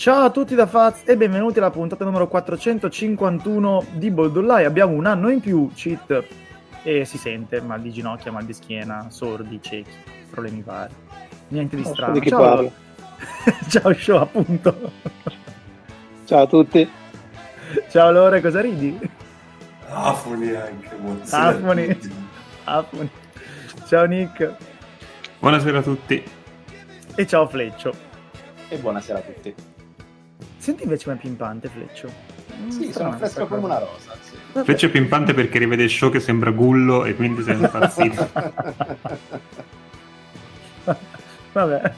Ciao a tutti da Faz e benvenuti alla puntata numero 451 di Bold Online. Abbiamo un anno in più, cheat, e si sente mal di ginocchia, mal di schiena, sordi, ciechi, problemi vari. Niente di strano. Di ciao, ciao show, appunto. Ciao a tutti. Ciao Lore, cosa ridi? Afoni anche. Afoni. Ciao Nick. Buonasera a tutti. E ciao Fleccio. E buonasera a tutti. Senti invece come pimpante Fleccio. Sì, sono fresco come una rosa. Sì. Fleccio è pimpante perché rivede Show che sembra Gullo e quindi sei impazzito. Vabbè.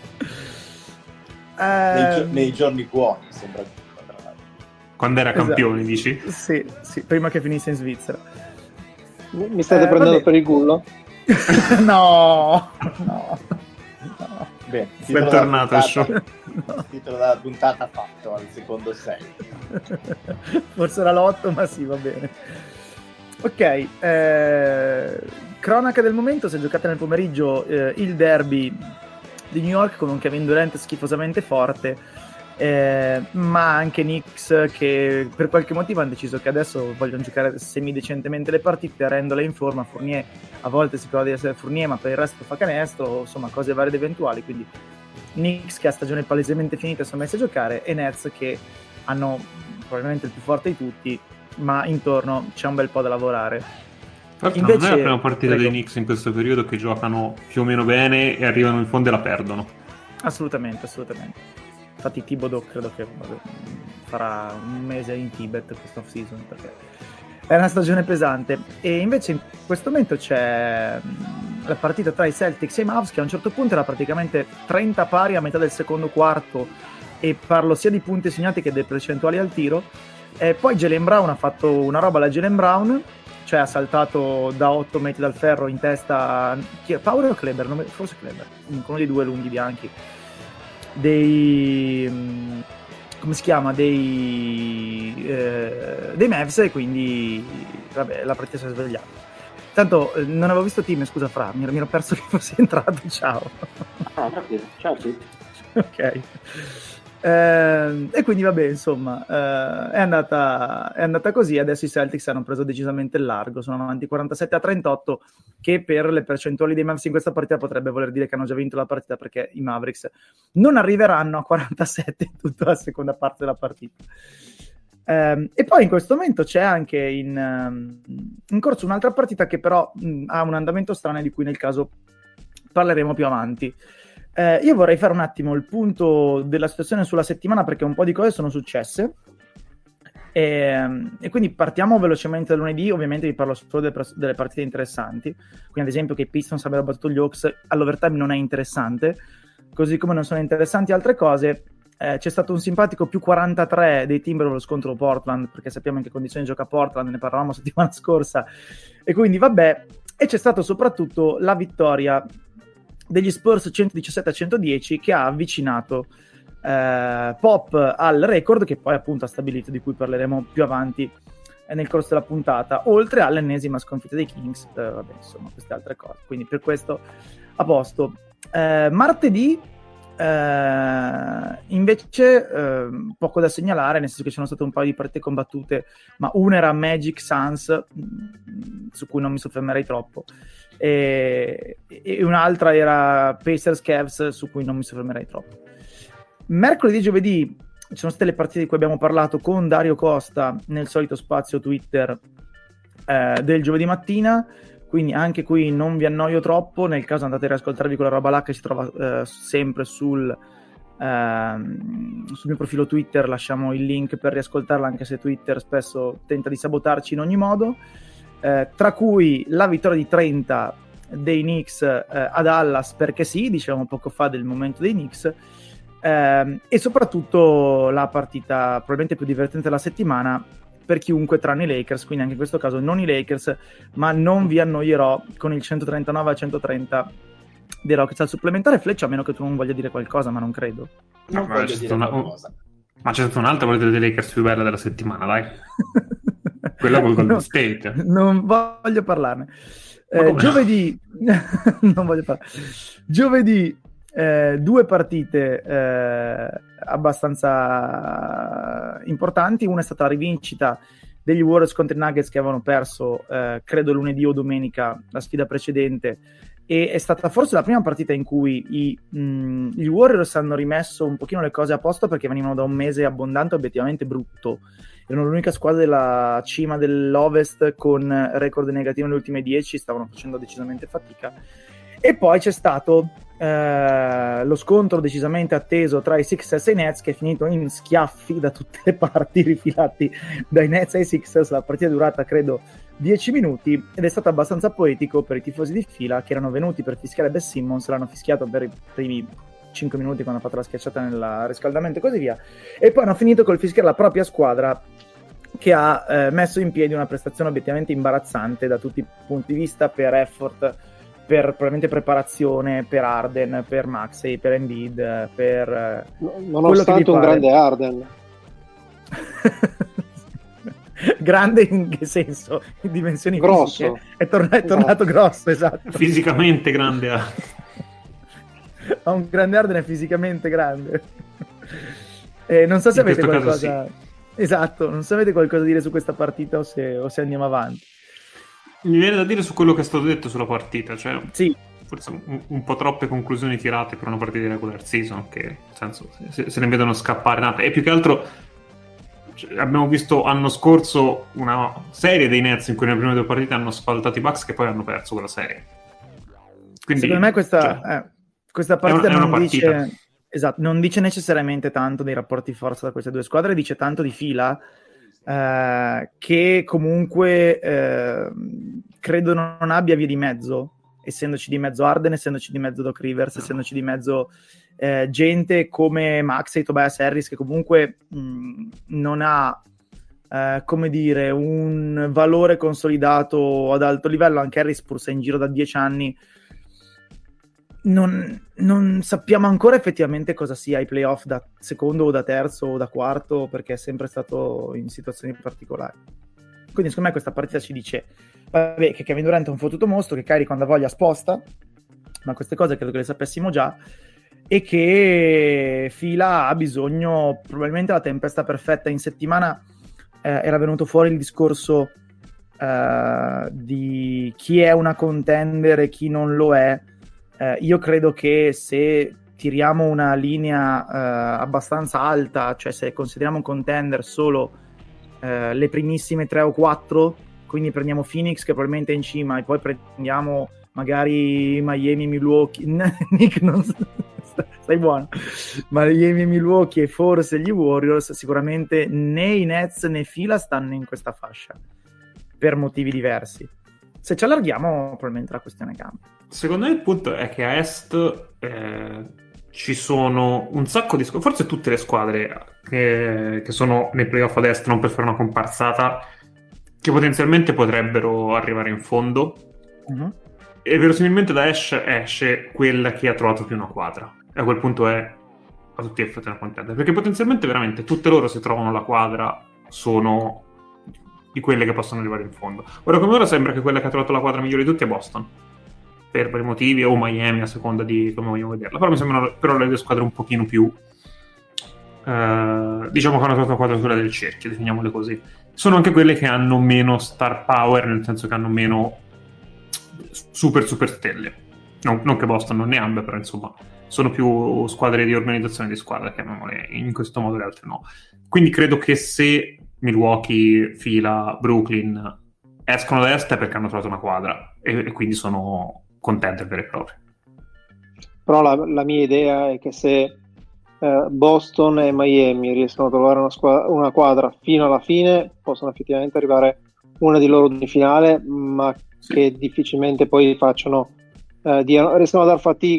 Nei giorni buoni sembra Gullo, tra l'altro. Quando era campione, dici? Sì, prima che finisse in Svizzera. Mi state prendendo per il Gullo? No. Bene, bentornato Show. Il titolo della puntata fatto al secondo 6. Forse era l'8, ma sì, va bene. Ok, cronaca del momento: si è giocata nel pomeriggio il derby di New York con un Kevin Durant schifosamente forte, ma anche Knicks che per qualche motivo hanno deciso che adesso vogliono giocare semidecentemente le partite, rendole in forma. Fournier a volte si prova di essere Fournier, ma per il resto fa canestro, insomma cose varie ed eventuali. Quindi Knicks che a stagione palesemente finita sono messi a giocare, e Nets che hanno probabilmente il più forte di tutti, ma intorno c'è un bel po' da lavorare. Invece, non è la prima partita dei Knicks in questo periodo che giocano più o meno bene e arrivano in fondo e la perdono. Assolutamente. Infatti Thibodeau credo che farà un mese in Tibet questa off season, perché è una stagione pesante. E invece in questo momento c'è la partita tra i Celtics e i Mavs, che a un certo punto era praticamente 30 pari a metà del secondo quarto, e parlo sia di punti segnati che delle percentuali al tiro. E poi Jaylen Brown ha fatto una roba alla Jaylen Brown, cioè ha saltato da 8 metri dal ferro in testa Power o Kleber? Forse Kleber, uno dei due lunghi bianchi dei come si chiama, dei Mavs, e quindi vabbè, la partita si è svegliata. Tanto non avevo visto Tim, scusa Fra, mi ero perso che fossi entrato. Ciao. Tranquillo, ciao a tutti. Ok. E quindi vabbè, insomma, è andata così. Adesso i Celtics hanno preso decisamente il largo, sono avanti 47-38, che per le percentuali dei Mavs in questa partita potrebbe voler dire che hanno già vinto la partita, perché i Mavericks non arriveranno a 47 in tutta la seconda parte della partita. E poi in questo momento c'è anche in corso un'altra partita che però ha un andamento strano, di cui nel caso parleremo più avanti. Io vorrei fare un attimo il punto della situazione sulla settimana, perché un po' di cose sono successe, e quindi partiamo velocemente da lunedì. Ovviamente vi parlo solo delle partite interessanti, quindi ad esempio che i Pistons abbiano battuto gli Hawks all'overtime non è interessante, così come non sono interessanti altre cose. C'è stato un simpatico più 43 dei Timberwolves contro Portland, perché sappiamo in che condizioni gioca Portland, ne parlavamo settimana scorsa, e quindi vabbè. E c'è stato soprattutto la vittoria degli Spurs 117-110, che ha avvicinato Pop al record che poi appunto ha stabilito, di cui parleremo più avanti nel corso della puntata, oltre all'ennesima sconfitta dei Kings. Vabbè, insomma, queste altre cose, quindi per questo a posto. Martedì invece poco da segnalare, nel senso che ci sono state un paio di partite combattute, ma una era Magic Suns, su cui non mi soffermerei troppo, e un'altra era Pacers Cavs, su cui non mi soffermerei troppo. Mercoledì e giovedì ci sono state le partite di cui abbiamo parlato con Dario Costa nel solito spazio Twitter del giovedì mattina, quindi anche qui non vi annoio troppo. Nel caso andate a riascoltarvi quella roba là, che si trova sempre sul mio profilo Twitter. Lasciamo il link per riascoltarla, anche se Twitter spesso tenta di sabotarci in ogni modo, tra cui la vittoria di 30 dei Knicks a Dallas, perché sì, dicevamo poco fa del momento dei Knicks, e soprattutto la partita probabilmente più divertente della settimana per chiunque tranne i Lakers, quindi anche in questo caso non i Lakers, ma non vi annoierò con il 139-130 dei Rockets al supplementare. Fleccia, a meno che tu non voglia dire qualcosa, ma non credo. Non voglio dire qualcosa. Ma c'è stata un'altra partita dei Lakers più bella della settimana, dai. Quella col Golden State. Non voglio parlarne. Giovedì non voglio parlare. Giovedì due partite abbastanza importanti. Una è stata la rivincita degli Warriors contro i Nuggets, che avevano perso credo lunedì o domenica la sfida precedente, e è stata forse la prima partita in cui gli Warriors hanno rimesso un pochino le cose a posto, perché venivano da un mese abbondante obiettivamente brutto. Erano l'unica squadra della cima dell'Ovest con record negativo nelle ultime 10, stavano facendo decisamente fatica. E poi c'è stato lo scontro decisamente atteso tra i Sixers e i Nets, che è finito in schiaffi da tutte le parti, rifilati dai Nets ai Sixers. La partita è durata credo 10 minuti ed è stato abbastanza poetico per i tifosi di Fila, che erano venuti per fischiare Ben Simmons, l'hanno fischiato per i primi 5 minuti quando ha fatto la schiacciata nel riscaldamento e così via, e poi hanno finito col fischiare la propria squadra, che ha messo in piedi una prestazione obiettivamente imbarazzante da tutti i punti di vista, per effort, per probabilmente preparazione, per Harden, per Maxey, per Embiid, per nonostante un grande Harden. Grande in che senso? In dimensioni grosso. Fisiche. È tornato grosso, esatto. Fisicamente grande Harden. Ha un grande Harden, è fisicamente grande. Non so se avete qualcosa... Sì. Esatto, non so se avete qualcosa da dire su questa partita o se andiamo avanti. Mi viene da dire su quello che è stato detto sulla partita, cioè sì. Forse un po' troppe conclusioni tirate per una partita di regular season, che nel senso se ne vedono scappare tante. E più che altro abbiamo visto l'anno scorso una serie dei Nets in cui nelle prime due partite hanno sfaltato i Bucks, che poi hanno perso quella serie. Quindi, secondo me questa partita è una partita. Dice, esatto, non dice necessariamente tanto dei rapporti di forza da queste due squadre, dice tanto di Fila, che comunque credo non abbia via di mezzo, essendoci di mezzo Harden, essendoci di mezzo Doc Rivers, essendoci di mezzo gente come Maxey, Tobias Harris, che comunque non ha come dire un valore consolidato ad alto livello. Anche Harris, pur se in giro da 10 anni, non sappiamo ancora effettivamente cosa sia ai playoff da secondo o da terzo o da quarto, perché è sempre stato in situazioni particolari. Quindi secondo me questa partita ci dice vabbè, che Kevin Durant è un fottuto mostro, che Kyrie quando ha voglia sposta, ma queste cose credo che le sapessimo già, e che Fila ha bisogno, probabilmente la tempesta perfetta. In settimana era venuto fuori il discorso di chi è una contender e chi non lo è. Io credo che se tiriamo una linea abbastanza alta, cioè se consideriamo un contender solo le primissime 3 o 4, quindi prendiamo Phoenix che probabilmente è in cima, e poi prendiamo magari Miami, Milwaukee, Nick non stai buono, Miami e Milwaukee e forse gli Warriors, sicuramente né i Nets né Fila stanno in questa fascia per motivi diversi. Se ci allarghiamo probabilmente la questione cambia. Secondo me il punto è che a Est ci sono un sacco di forse tutte le squadre che sono nei playoff ad Est, non per fare una comparsata, che potenzialmente potrebbero arrivare in fondo. Uh-huh. E verosimilmente da esce quella che ha trovato più una quadra, e a quel punto è a tutti gli effetti una contender, perché potenzialmente veramente tutte loro, se trovano la quadra, sono di quelle che possono arrivare in fondo. Ora come ora sembra che quella che ha trovato la quadra migliore di tutti è Boston, per vari motivi, o Miami a seconda di come vogliamo vederla, però mi sembrano però le due squadre un pochino più diciamo che hanno trovato la quadra quella del cerchio, definiamole così. Sono anche quelle che hanno meno star power, nel senso che hanno meno super stelle, non che Boston non ne abbia, però insomma sono più squadre di organizzazione di squadra, chiamiamole in questo modo, le altre no. Quindi credo che se Milwaukee, Fila, Brooklyn escono da est è perché hanno trovato una quadra e quindi sono contenti veri e propri. Però la mia idea è che se Boston e Miami riescono a trovare una quadra fino alla fine, possono effettivamente arrivare una di loro in finale, ma che difficilmente poi facciano riescono a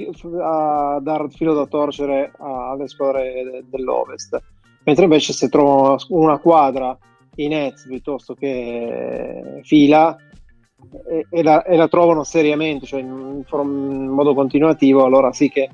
dar filo da torcere alle squadre dell'Ovest, mentre invece se trovano una quadra i Nets piuttosto che Fila e la trovano seriamente, cioè in modo continuativo, allora sì che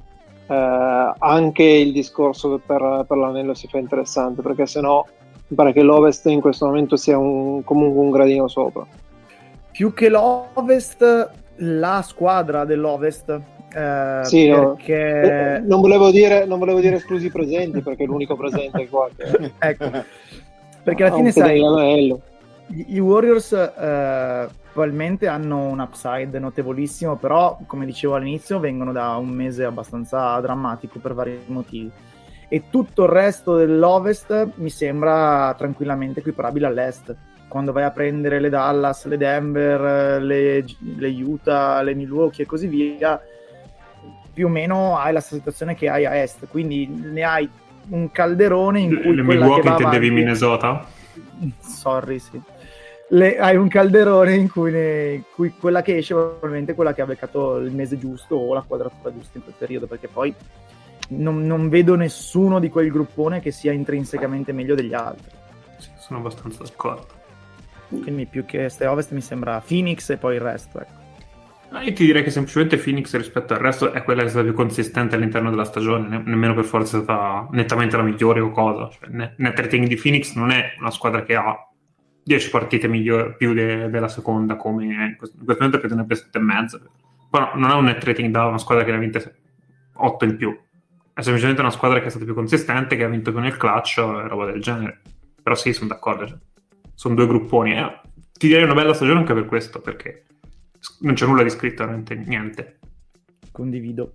anche il discorso per l'anello si fa interessante, perché sennò mi pare che l'Ovest in questo momento sia comunque un gradino sopra. Più che l'Ovest la squadra dell'Ovest, Sì, no. perché Non volevo dire esclusi presenti, perché è l'unico presente qua che ecco, perché alla ha fine un piede sai, nell'anello. i Warriors probabilmente hanno un upside notevolissimo, però come dicevo all'inizio vengono da un mese abbastanza drammatico per vari motivi, e tutto il resto dell'Ovest mi sembra tranquillamente equiparabile all'Est. Quando vai a prendere le Dallas, le Denver, le Utah, le Milwaukee e così via, più o meno hai la stessa situazione che hai a Est, quindi ne hai un calderone in cui Le quella che Milwaukee va intendevi avanti... Minnesota? Sorry, sì. Hai un calderone in cui quella che esce probabilmente è quella che ha beccato il mese giusto o la quadratura giusta in quel periodo, perché poi non vedo nessuno di quel gruppone che sia intrinsecamente meglio degli altri. Sì, sono abbastanza d'accordo. Quindi più che Est e Ovest mi sembra Phoenix e poi il resto, ecco. Io ti direi che semplicemente Phoenix rispetto al resto è quella che è stata più consistente all'interno della stagione, nemmeno per forza è stata nettamente la migliore o cosa. Cioè, net rating di Phoenix non è una squadra che ha 10 partite migliori più della seconda, come in questo momento credo ne abbia 7,5. Poi non ha un net rating da una squadra che ne ha vinte 8 in più. È semplicemente una squadra che è stata più consistente, che ha vinto con il clutch e roba del genere. Però sì, sono d'accordo. Cioè, sono due grupponi. Ti direi una bella stagione anche per questo, perché non c'è nulla di scritto, veramente niente. Condivido.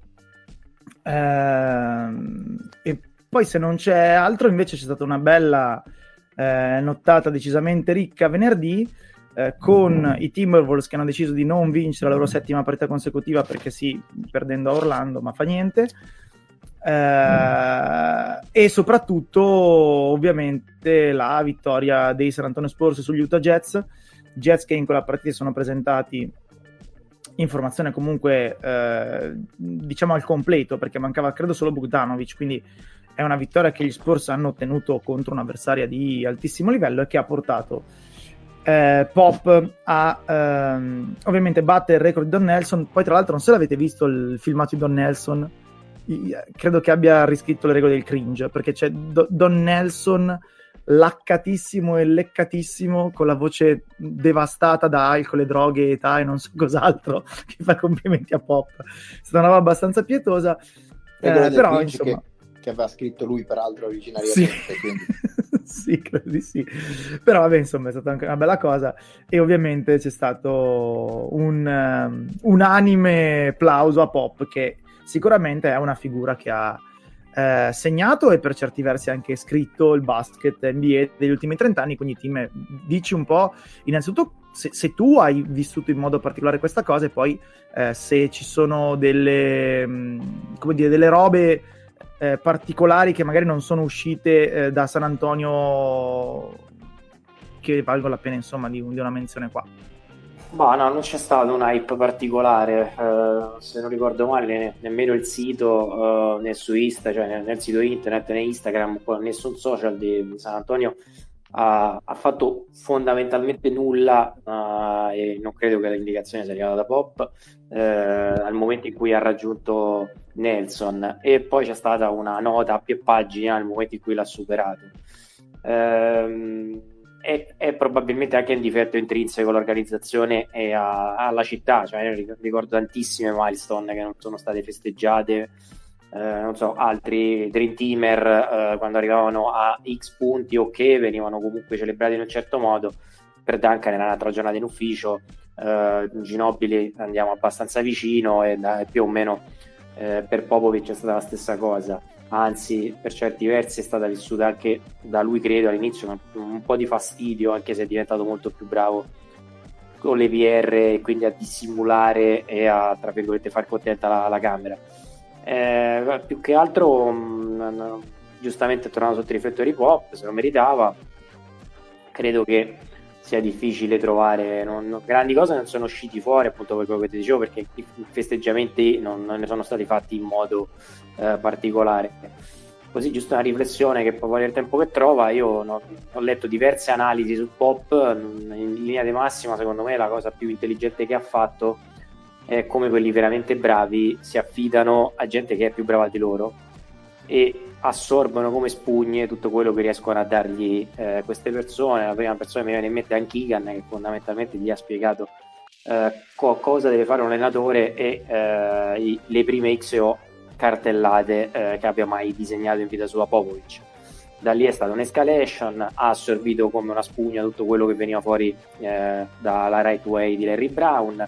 E poi se non c'è altro, invece c'è stata una bella nottata decisamente ricca venerdì, con i Timberwolves che hanno deciso di non vincere la loro 7ª partita consecutiva, perché sì, perdendo a Orlando, ma fa niente. E soprattutto ovviamente la vittoria dei San Antonio Spurs sugli Utah Jazz che in quella partita sono presentati in formazione comunque diciamo al completo, perché mancava credo solo Bogdanovic, quindi è una vittoria che gli Spurs hanno ottenuto contro un'avversaria di altissimo livello e che ha portato Pop a ovviamente battere il record di Don Nelson. Poi tra l'altro non so se l'avete visto il filmato di Don Nelson, credo che abbia riscritto le regole del cringe, perché c'è Don Nelson laccatissimo e leccatissimo con la voce devastata da alcol e droghe, età e non so cos'altro, che fa complimenti a Pop. È stata una roba abbastanza pietosa, però insomma che aveva scritto lui peraltro originariamente, sì. Quindi... sì, credo di sì, però vabbè, insomma è stata anche una bella cosa, e ovviamente c'è stato un unanime plauso a Pop, che sicuramente è una figura che ha segnato e per certi versi anche scritto il basket NBA degli ultimi 30 anni. Quindi Tim, dici un po' innanzitutto se tu hai vissuto in modo particolare questa cosa, e poi se ci sono delle come dire, delle robe particolari che magari non sono uscite da San Antonio che valgono la pena insomma di una menzione qua. Ma no, non c'è stato un hype particolare, se non ricordo male nemmeno il sito né su Insta, cioè nel sito internet né Instagram, nessun social di San Antonio ha fatto fondamentalmente nulla, e non credo che l'indicazione sia arrivata da Pop al momento in cui ha raggiunto Nelson, e poi c'è stata una nota a più pagine al momento in cui l'ha superato. È probabilmente anche un difetto intrinseco all'organizzazione e alla città, cioè ricordo tantissime milestone che non sono state festeggiate, non so, altri Dream Teamer quando arrivavano a X punti o che venivano comunque celebrati in un certo modo. Per Duncan era un'altra giornata in ufficio, Ginobili andiamo abbastanza vicino, e più o meno per Popovic è stata la stessa cosa. Anzi, per certi versi è stata vissuta anche da lui, credo, all'inizio con un po' di fastidio, anche se è diventato molto più bravo con le PR e quindi a dissimulare e a, tra virgolette, far contenta la camera. Più che altro, giustamente tornando sotto i riflettori Pop, se lo meritava. Credo che sia difficile trovare, grandi cose non sono usciti fuori, appunto per quello che ti dicevo, perché i festeggiamenti non ne sono stati fatti in modo particolare. Così, giusto una riflessione che può valere il tempo che trova. Io ho letto diverse analisi su Pop, in linea di massima secondo me la cosa più intelligente che ha fatto è come quelli veramente bravi si affidano a gente che è più brava di loro e assorbono come spugne tutto quello che riescono a dargli queste persone. La prima persona che mi viene in mente è Keegan, che fondamentalmente gli ha spiegato cosa deve fare un allenatore e le prime XO cartellate che abbia mai disegnato in vita sua Popovic. Da lì è stata un'escalation, ha assorbito come una spugna tutto quello che veniva fuori dalla right way di Larry Brown,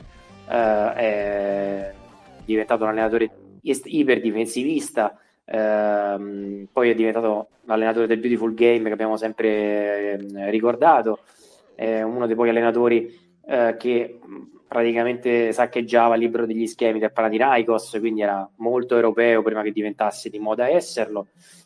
è diventato un allenatore iper difensivista, poi è diventato l'allenatore del Beautiful Game che abbiamo sempre ricordato, è uno dei pochi allenatori che praticamente saccheggiava il libro degli schemi del Panathinaikos, quindi era molto europeo prima che diventasse di moda esserlo.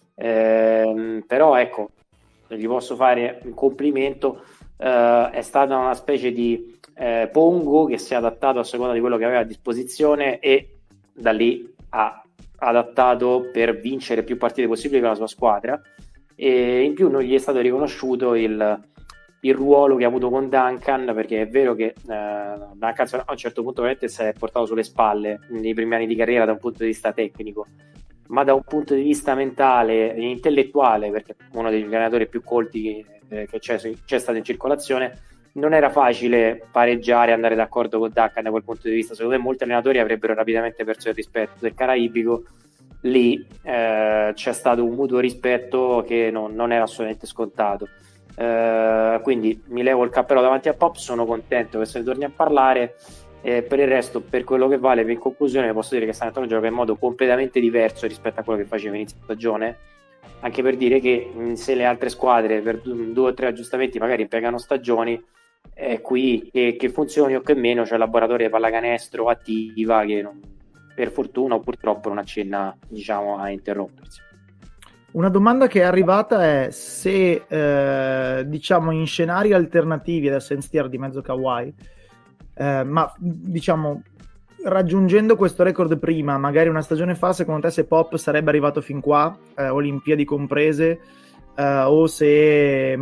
Però ecco, gli posso fare un complimento, è stata una specie di pongo che si è adattato a seconda di quello che aveva a disposizione e da lì ha adattato per vincere più partite possibili con la sua squadra, e in più non gli è stato riconosciuto il ruolo che ha avuto con Duncan, perché è vero che Duncan a un certo punto veramente si è portato sulle spalle nei primi anni di carriera da un punto di vista tecnico, ma da un punto di vista mentale e intellettuale, perché uno degli allenatori più colti che c'è stato in circolazione, non era facile pareggiare e andare d'accordo con Duncan da quel punto di vista. Secondo me molti allenatori avrebbero rapidamente perso il rispetto del caraibico. Lì c'è stato un mutuo rispetto che non era assolutamente scontato. Quindi mi levo il cappello davanti a Pop, sono contento che se ne torni a parlare. Per il resto, per quello che vale, in conclusione posso dire che San Antonio gioca in modo completamente diverso rispetto a quello che faceva inizio stagione, anche per dire che se le altre squadre per 2 o 3 aggiustamenti magari impiegano stagioni, qui che funzioni o che meno c'è il laboratorio di pallacanestro attiva che per fortuna o purtroppo non accenna, diciamo, a interrompersi. Una domanda che è arrivata è se diciamo in scenari alternativi ad Sense Tier di mezzo Kawhi, ma diciamo raggiungendo questo record prima, magari una stagione fa, secondo te se Pop sarebbe arrivato fin qua, Olimpiadi comprese, o se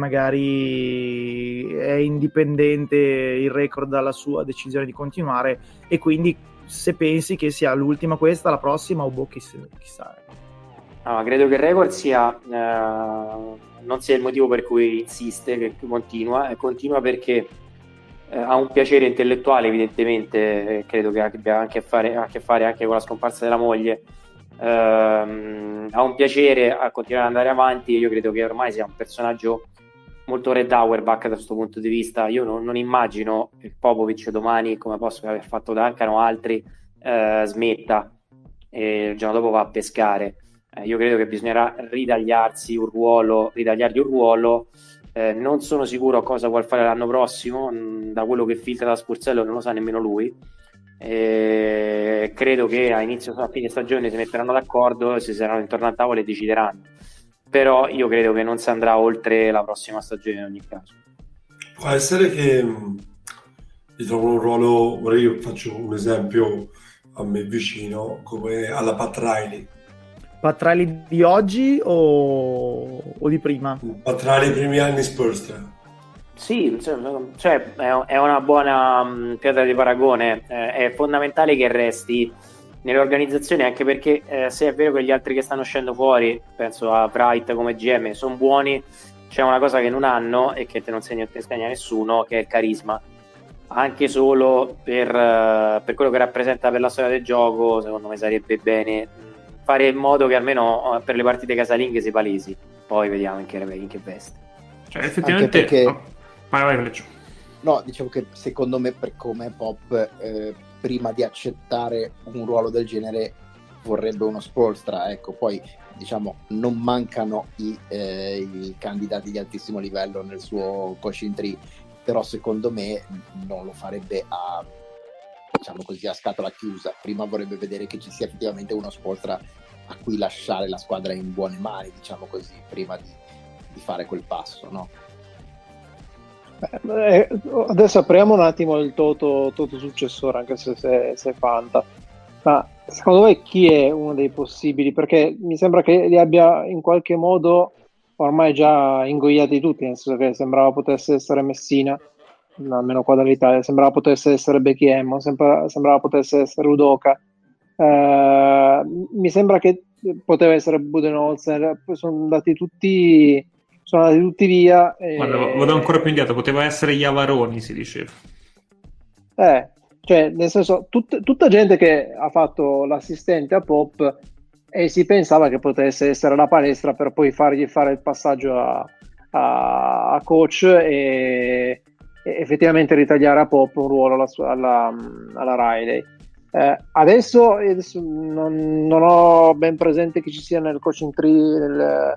magari è indipendente il record dalla sua decisione di continuare, e quindi se pensi che sia l'ultima questa, la prossima, o chissà. No, credo che il record sia non sia il motivo per cui insiste, che continua perché ha un piacere intellettuale, evidentemente, credo che abbia anche a fare anche con la scomparsa della moglie, ha un piacere a continuare ad andare avanti. Io credo che ormai sia un personaggio molto Red Auerbach da questo punto di vista. Io non immagino il Popovic domani, come posso aver fatto Duncan o altri, smetta e il giorno dopo va a pescare. Io credo che bisognerà ritagliargli un ruolo. Non sono sicuro cosa vuol fare l'anno prossimo, da quello che filtra da Spurzello non lo sa nemmeno lui. Credo che a fine stagione si metteranno d'accordo, si saranno intorno a tavola e decideranno, però io credo che non si andrà oltre la prossima stagione in ogni caso. Può essere che gli trovano un ruolo, io faccio un esempio a me vicino, come alla Pat Riley. Pat Riley di oggi o di prima? Pat Riley i primi anni Spurs. Sì, cioè è una buona pietra di paragone. È fondamentale che resti nell'organizzazione, anche perché se è vero che gli altri che stanno uscendo fuori, penso a Wright come GM, sono buoni, c'è una cosa che non hanno e che te non segna nessuno, che è il carisma. Anche solo per quello che rappresenta per la storia del gioco, secondo me sarebbe bene fare in modo che almeno per le partite casalinghe si palesi. Poi vediamo in che veste. Cioè, effettivamente... Perché... Vai, Fleccio. No, dicevo che secondo me, per come Pop, prima di accettare un ruolo del genere vorrebbe uno Spoelstra, ecco. Poi diciamo non mancano i candidati di altissimo livello nel suo coaching tree, però secondo me non lo farebbe a, diciamo così, a scatola chiusa. Prima vorrebbe vedere che ci sia effettivamente uno Spoelstra a cui lasciare la squadra in buone mani, diciamo così, prima di fare quel passo, no? Adesso apriamo un attimo il toto successore, anche se è Fanta. Ma secondo voi chi è uno dei possibili? Perché mi sembra che li abbia in qualche modo ormai già ingoiati tutti, nel senso che sembrava potesse essere Messina, almeno qua dall'Italia, sembrava potesse essere Becky Hammond, sembrava potesse essere Udoka. Mi sembra che poteva essere Budenholzer, poi sono andati tutti via. Guarda, vado ancora più indietro, poteva essere Iavaroni, si diceva. Cioè, nel senso, tutta gente che ha fatto l'assistente a Pop e si pensava che potesse essere la palestra per poi fargli fare il passaggio a coach e effettivamente ritagliare a Pop un ruolo alla Riley. Adesso non ho ben presente chi ci sia nel coaching tree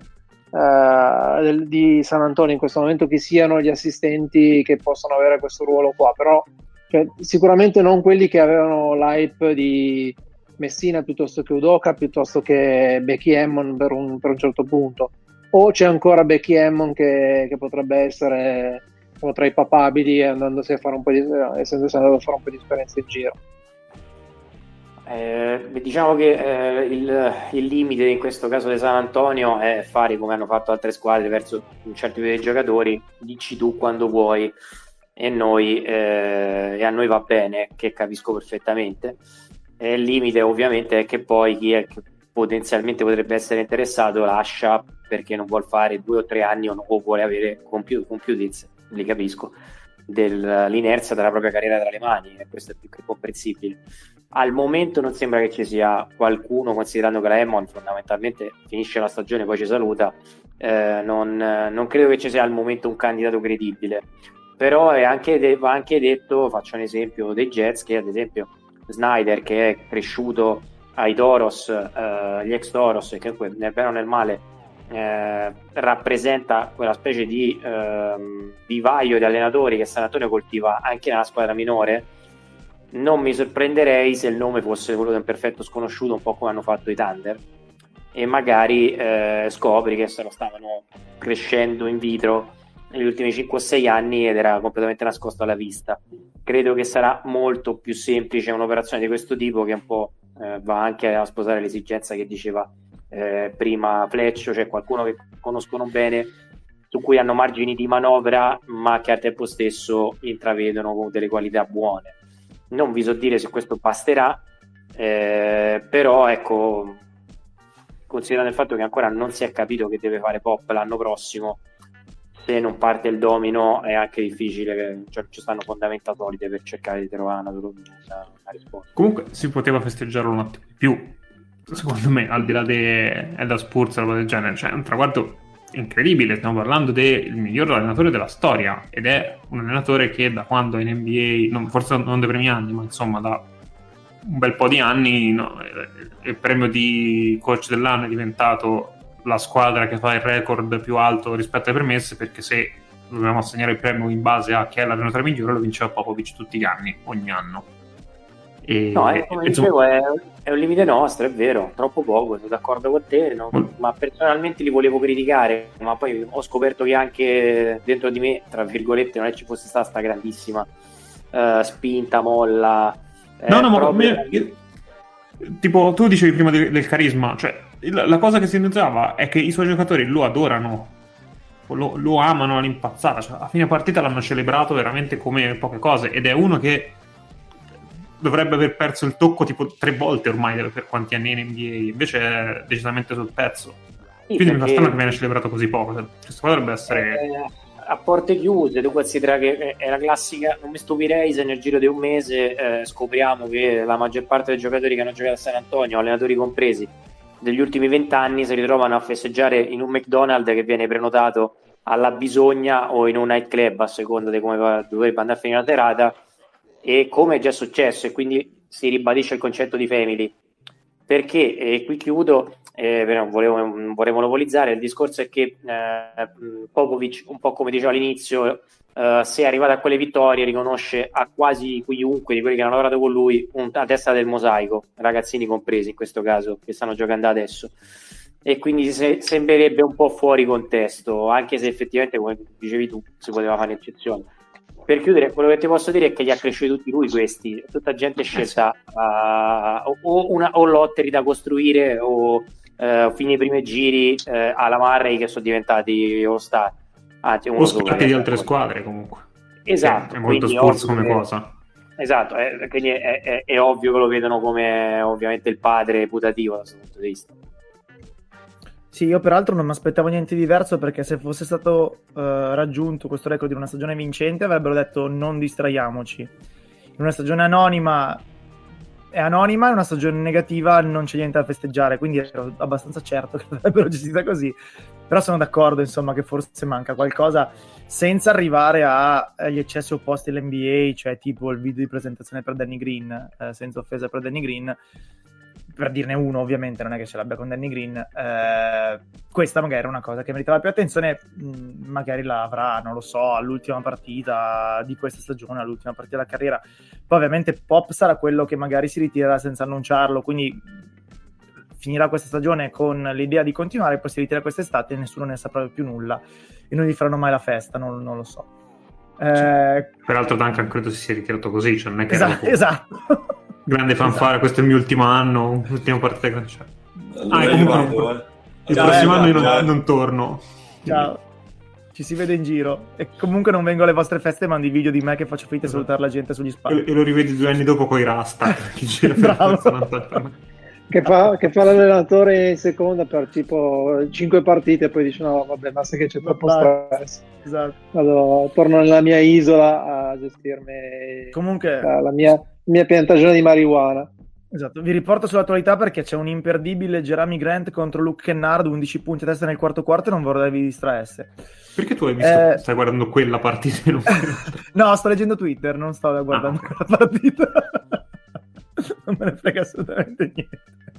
di San Antonio in questo momento, chi siano gli assistenti che possono avere questo ruolo qua, però cioè, sicuramente non quelli che avevano l'hype di Messina piuttosto che Udoka, piuttosto che Becky Hammon per un certo punto, o c'è ancora Becky Hammon che potrebbe essere uno tra i papabili essendosi andato a fare un po' di esperienza in giro. Diciamo che il limite in questo caso di San Antonio è fare come hanno fatto altre squadre verso un certo tipo di giocatori, dici tu quando vuoi e a noi va bene, che capisco perfettamente. Il limite ovviamente è che poi chi è che potenzialmente potrebbe essere interessato lascia perché non vuol fare 2 o 3 anni o vuole avere compiutezza, li capisco, dell'inerzia della propria carriera tra le mani, e questo è più che comprensibile. Al momento non sembra che ci sia qualcuno, considerando che la Hammon fondamentalmente finisce la stagione poi ci saluta, non credo che ci sia al momento un candidato credibile, però va anche detto, faccio un esempio dei Jets, che ad esempio Snyder, che è cresciuto ai Toros, gli ex Toros, e che nel bene o nel male rappresenta quella specie di vivaio di allenatori che San Antonio coltiva anche nella squadra minore. Non mi sorprenderei se il nome fosse quello di un perfetto sconosciuto, un po' come hanno fatto i Thunder, e magari scopri che se lo stavano crescendo in vitro negli ultimi 5 o 6 anni ed era completamente nascosto alla vista. Credo che sarà molto più semplice un'operazione di questo tipo, che un po' va anche a sposare l'esigenza che diceva prima Fleccio, cioè qualcuno che conoscono bene, su cui hanno margini di manovra ma che al tempo stesso intravedono con delle qualità buone. Non vi so dire se questo basterà, però ecco, considerando il fatto che ancora non si è capito che deve fare Pop l'anno prossimo, se non parte il domino è anche difficile, cioè ci stanno fondamenta solide per cercare di trovare una risposta. Comunque si poteva festeggiarlo un attimo di più, secondo me, al di là da Spurs o roba del genere, cioè è un traguardo incredibile. Stiamo parlando del miglior allenatore della storia ed è un allenatore che da quando è in NBA, forse non dai primi anni, ma insomma da un bel po' di anni, il premio di coach dell'anno è diventato la squadra che fa il record più alto rispetto ai permessi, perché se dobbiamo assegnare il premio in base a chi è l'allenatore migliore lo vinceva Popovic tutti gli anni, ogni anno. Come dicevo, è un limite nostro, è vero, troppo poco, sono d'accordo con te, ma personalmente li volevo criticare, ma poi ho scoperto che anche dentro di me, tra virgolette, non è ci fosse stata sta grandissima spinta, molla. Tipo, tu dicevi prima del carisma, cioè la cosa che si notava è che i suoi giocatori lo adorano, lo amano all'impazzata, cioè, a fine partita l'hanno celebrato veramente come poche cose, ed è uno che dovrebbe aver perso il tocco tipo 3 volte ormai per quanti anni in NBA, invece è decisamente sul pezzo. Sì, quindi mi fa strano che viene celebrato così poco. Questo qua dovrebbe essere a porte chiuse. Tu considera che è la classica, non mi stupirei se nel giro di un mese scopriamo che la maggior parte dei giocatori che hanno giocato a San Antonio, allenatori compresi, degli ultimi 20 anni si ritrovano a festeggiare in un McDonald's che viene prenotato alla bisogna o in un nightclub, a seconda di come dovrebbe andare a finire la serata, e come è già successo, e quindi si ribadisce il concetto di family. Perché, e qui chiudo, non vorrei monopolizzare, il discorso è che Popovic, un po' come dicevo all'inizio, se è arrivato a quelle vittorie riconosce a quasi chiunque di quelli che hanno lavorato con lui una testa del mosaico, ragazzini compresi in questo caso, che stanno giocando adesso, e quindi sembrerebbe un po' fuori contesto, anche se effettivamente, come dicevi tu, si poteva fare eccezione. Per chiudere, quello che ti posso dire è che li ha cresciuti tutti lui questi, tutta gente scelta o lotteri da costruire o fine i primi giri alla Murray, che sono diventati all-star, o scatti di altre squadre comunque. Esatto, è molto Spurs come cosa. Esatto, quindi è ovvio che lo vedono come ovviamente il padre putativo da questo punto di vista. Sì, io peraltro non mi aspettavo niente di diverso, perché se fosse stato raggiunto questo record di una stagione vincente avrebbero detto non distraiamoci. in una stagione anonima è anonima, in una stagione negativa non c'è niente da festeggiare, quindi ero abbastanza certo che l'avrebbero gestita così. Però sono d'accordo, insomma, che forse manca qualcosa, senza arrivare agli eccessi opposti all'NBA, cioè tipo il video di presentazione per Danny Green, senza offesa per Danny Green, per dirne uno, ovviamente, non è che ce l'abbia con Danny Green. Questa magari era una cosa che meritava più attenzione, magari la avrà, non lo so, all'ultima partita di questa stagione, all'ultima partita della carriera. Poi ovviamente Pop sarà quello che magari si ritirerà senza annunciarlo, quindi finirà questa stagione con l'idea di continuare, poi si ritira quest'estate e nessuno ne saprà più nulla e non gli faranno mai la festa, non lo so. Peraltro Duncan credo si sia ritirato così, cioè non è che esatto. Grande fanfara, esatto. Questo è il mio ultimo anno, l'ultima partita che c'è. Comunque, il prossimo anno io non torno. Ciao, ci si vede in giro. E comunque non vengo alle vostre feste, mando i video di me che faccio finta di salutare la gente sugli spalti. E lo rivedi 2 anni dopo coi Rasta. Bravo. Che fa l'allenatore in seconda per tipo 5 partite e poi dice no vabbè, ma sai che c'è troppo stress. Esatto. Torno nella mia isola a gestirmi comunque la mia piantagione di marijuana. Esatto, vi riporto sull'attualità perché c'è un imperdibile Jeremy Grant contro Luke Kennard, 11 punti a testa nel quarto quarto e non vorrei vi distraesse. Perché tu hai visto, stai guardando quella partita? No, sto leggendo Twitter, non sto guardando quella partita. Non me ne frega assolutamente niente.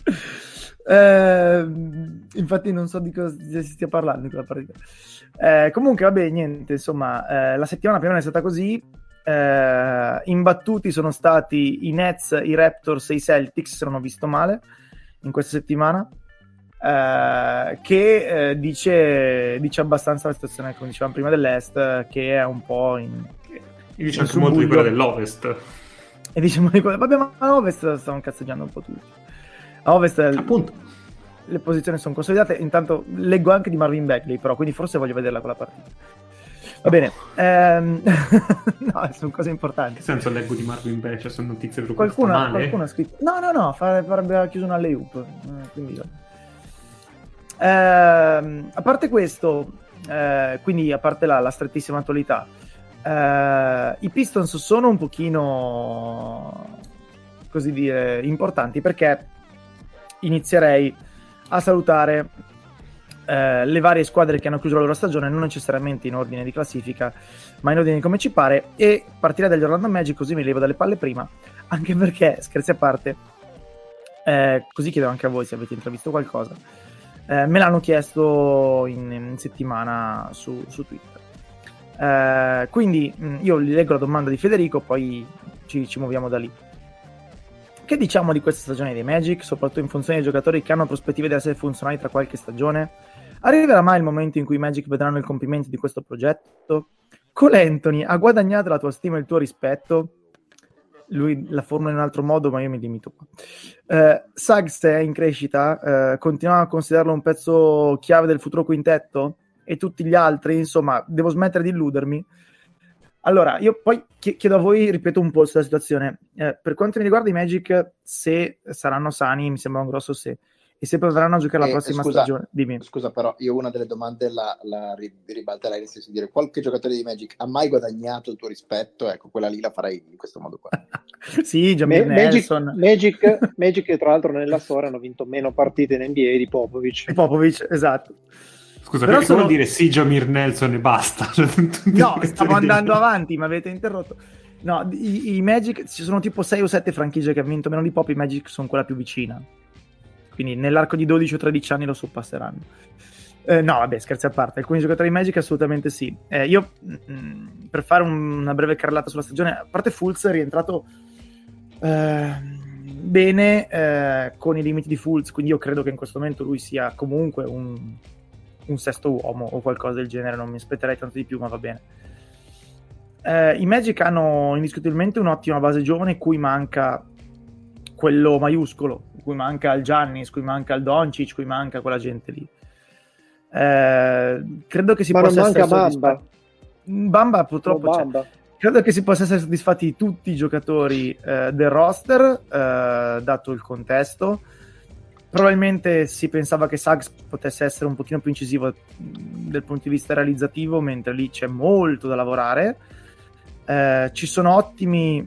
Infatti non so di cosa si stia parlando in quella partita. Comunque vabbè, niente, insomma, la settimana prima è stata così. Imbattuti sono stati i Nets, i Raptors e i Celtics, se non ho visto male, in questa settimana, che dice abbastanza la situazione, come dicevamo prima, dell'Est, che è un po' dice anche molto di quella dell'Ovest. E diciamo vabbè, ma a Ovest stavano cazzeggiando un po' tutti. A Ovest appunto le posizioni sono consolidate. Intanto leggo anche di Marvin Bagley, però, quindi forse voglio vederla quella partita. Va bene. No, sono cose importanti. Che senso leggo di Marvin Bagley? Cioè, sono notizie per qualcuno ha scritto no, farebbe chiuso un alley-oop, quindi a parte questo, quindi a parte la strettissima attualità, i Pistons sono un pochino, così dire, importanti, perché inizierei a salutare le varie squadre che hanno chiuso la loro stagione, non necessariamente in ordine di classifica, ma in ordine di come ci pare, e partirei dagli Orlando Magic, così mi levo dalle palle prima, anche perché, scherzi a parte, così chiedo anche a voi se avete intravisto qualcosa, me l'hanno chiesto in settimana su Twitter. Quindi io li leggo la domanda di Federico, poi ci muoviamo da lì. Che diciamo di questa stagione dei Magic, soprattutto in funzione dei giocatori che hanno prospettive di essere funzionali tra qualche stagione? Arriverà mai il momento in cui i Magic vedranno il compimento di questo progetto? Cole Anthony ha guadagnato la tua stima e il tuo rispetto? Lui la formula in un altro modo, ma io mi limito qua. Suggs è in crescita, continuiamo a considerarlo un pezzo chiave del futuro quintetto? E tutti gli altri, insomma, devo smettere di illudermi. Allora, io poi chiedo a voi, ripeto un po' sulla situazione. Per quanto mi riguarda i Magic, se saranno sani, mi sembra un grosso se, e se proveranno a giocare la prossima stagione. Dimmi. Scusa, però io una delle domande la ribalterei, nel senso di dire: qualche giocatore di Magic ha mai guadagnato il tuo rispetto? Ecco, quella lì la farei in questo modo qua. Sì, Jamir Nelson. Magic, tra l'altro, nella storia hanno vinto meno partite in NBA di Popovic. Esatto. Scusa, però vuol dire sì, Jamir Nelson e basta? No, stavo andando avanti, mi avete interrotto. No, i Magic, ci sono tipo 6 o 7 franchigie che hanno vinto meno di Pop, i Magic sono quella più vicina. Quindi nell'arco di 12 o 13 anni lo sorpasseranno. No, vabbè, scherzi a parte. Alcuni giocatori di Magic assolutamente sì. Io, per fare una breve carrellata sulla stagione, a parte Fultz è rientrato bene con i limiti di Fultz, quindi io credo che in questo momento lui sia comunque un sesto uomo o qualcosa del genere, non mi aspetterei tanto di più, ma va bene. I Magic hanno indiscutibilmente un'ottima base giovane, cui manca quello maiuscolo, cui manca il Giannis, cui manca il Doncic, cui manca quella gente lì. Credo che si possa essere soddisfatti. Bamba purtroppo c'è. Credo che si possa essere soddisfatti tutti i giocatori del roster, dato il contesto. Probabilmente si pensava che Suggs potesse essere un pochino più incisivo dal punto di vista realizzativo, mentre lì c'è molto da lavorare. Ci sono ottimi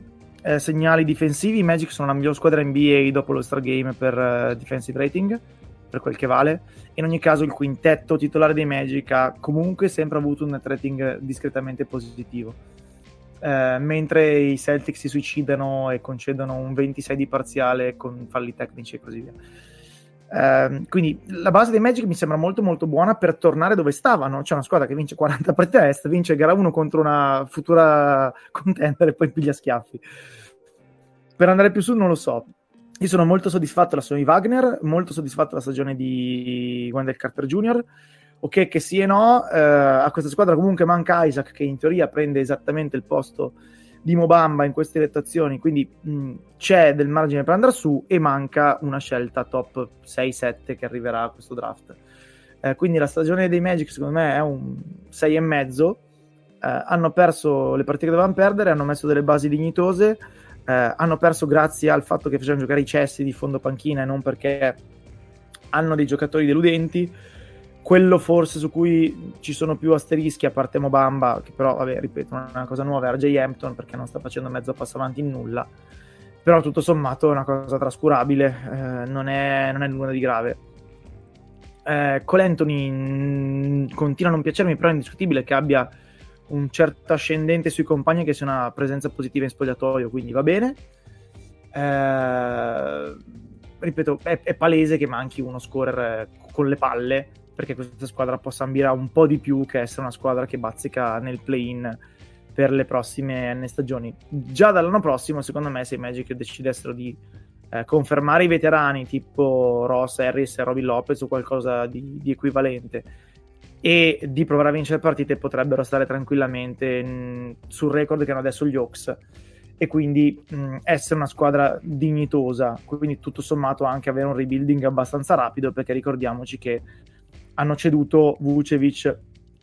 segnali difensivi, i Magic sono la miglior squadra NBA dopo lo Star Game per defensive rating, per quel che vale. In ogni caso il quintetto titolare dei Magic ha comunque sempre avuto un net rating discretamente positivo, mentre i Celtics si suicidano e concedono un 26 di parziale con falli tecnici e così via. Quindi la base dei Magic mi sembra molto molto buona per tornare dove stavano. C'è una squadra che vince 40 partite a est, vince gara 1 contro una futura contender e poi piglia schiaffi. Per andare più su non lo so. Io sono molto soddisfatto della stagione di Wagner, molto soddisfatto della stagione di Wendell Carter Jr. Ok, che sì e no, a questa squadra comunque manca Isaac, che in teoria prende esattamente il posto di Mo Bamba in queste rotazioni, quindi c'è del margine per andare su, e manca una scelta top 6-7 che arriverà a questo draft. Quindi la stagione dei Magic secondo me è un 6,5. Hanno perso le partite che dovevano perdere, hanno messo delle basi dignitose, hanno perso grazie al fatto che facevano giocare i cessi di fondo panchina e non perché hanno dei giocatori deludenti. Quello forse su cui ci sono più asterischi, a parte Mo Bamba, che però, vabbè, ripeto, non è una cosa nuova, RJ Hampton, perché non sta facendo mezzo passo avanti in nulla, però tutto sommato è una cosa trascurabile, non è nulla di grave. Cole Anthony continua a non piacermi, però è indiscutibile che abbia un certo ascendente sui compagni, che sia una presenza positiva in spogliatoio, quindi va bene. Ripeto, è palese che manchi uno scorer con le palle, perché questa squadra possa ambire a un po' di più che essere una squadra che bazzica nel play-in per le prossime N stagioni. Già dall'anno prossimo, secondo me, se i Magic decidessero di confermare i veterani tipo Ross, Harris e Robin Lopez o qualcosa di equivalente, e di provare a vincere partite, potrebbero stare tranquillamente sul record che hanno adesso gli Hawks, e quindi essere una squadra dignitosa, quindi tutto sommato anche avere un rebuilding abbastanza rapido, perché ricordiamoci che hanno ceduto Vucevic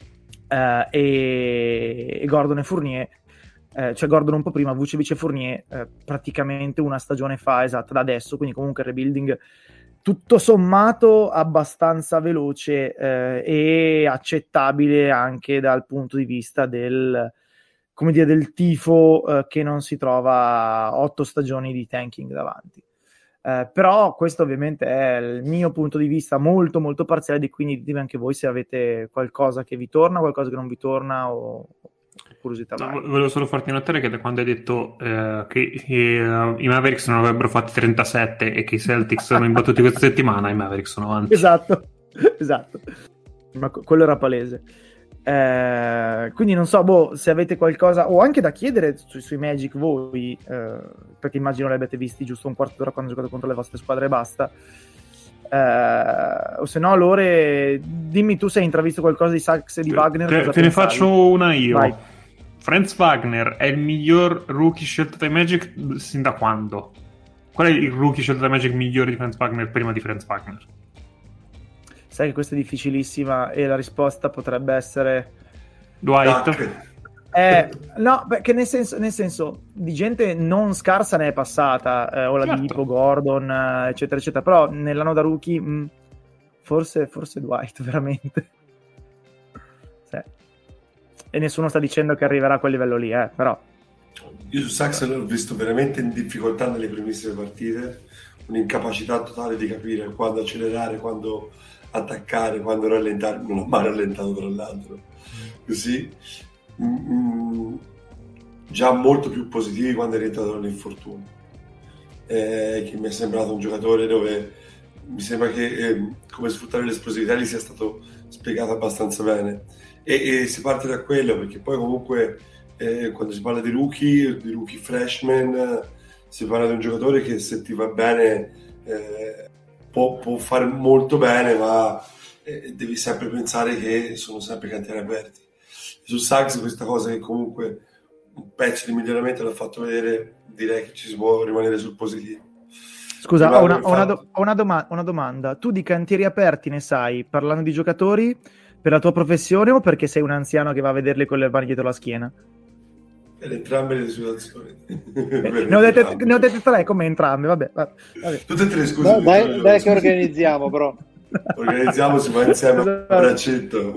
e Gordon e Fournier, cioè Gordon un po' prima, Vucevic e Fournier praticamente una stagione fa, esatta, da adesso, quindi comunque il rebuilding tutto sommato abbastanza veloce e accettabile anche dal punto di vista del, come dire, del tifo che non si trova 8 stagioni di tanking davanti. Però questo ovviamente è il mio punto di vista molto molto parziale, quindi ditemi anche voi se avete qualcosa che vi torna, qualcosa che non vi torna o curiosità. No, volevo solo farti notare che da quando hai detto che i Mavericks non avrebbero fatti 37 e che i Celtics sono imbattuti questa settimana, i Mavericks sono avanti. Esatto, ma quello era palese. Quindi non so, se avete qualcosa o anche da chiedere sui Magic voi, perché immagino li avete visti giusto un quarto d'ora quando giocate contro le vostre squadre e basta, o se no Lore, dimmi tu se hai intravisto qualcosa di Sachs e di Wagner. Te ne faccio una io. Vai. Franz Wagner è il miglior rookie scelto dai Magic sin da quando? Qual è il rookie scelto dai Magic migliore di Franz Wagner prima di Franz Wagner? Sai che questa è difficilissima e la risposta potrebbe essere Dwight. No, perché nel senso di gente non scarsa ne è passata, Oladipo, Gordon, eccetera eccetera, però nell'anno da rookie forse Dwight, veramente. Sì. E nessuno sta dicendo che arriverà a quel livello lì, però io su Sachs l'ho visto veramente in difficoltà nelle primissime partite, un'incapacità totale di capire quando accelerare, quando attaccare, quando rallentare. Non ho mai rallentato, tra l'altro, così già molto più positivi quando è rientrato dall'infortunio, che mi è sembrato un giocatore dove mi sembra che come sfruttare l'esplosività gli sia stato spiegato abbastanza bene, e si parte da quello, perché poi comunque quando si parla di rookie freshman, si parla di un giocatore che, se ti va bene, può fare molto bene, ma devi sempre pensare che sono sempre cantieri aperti. Su Suggs questa cosa, che comunque un pezzo di miglioramento l'ha fatto vedere, direi che ci si può rimanere sul positivo. Scusa, ho una domanda. Tu di cantieri aperti ne sai, parlando di giocatori, per la tua professione o perché sei un anziano che va a vederli con le mani dietro la schiena? Per entrambe le situazioni. Ne ho dette 3 come entrambe, vabbè. Tutte e tre, scusa. Dai che organizziamo, però. Organizziamo, si va insieme a braccetto.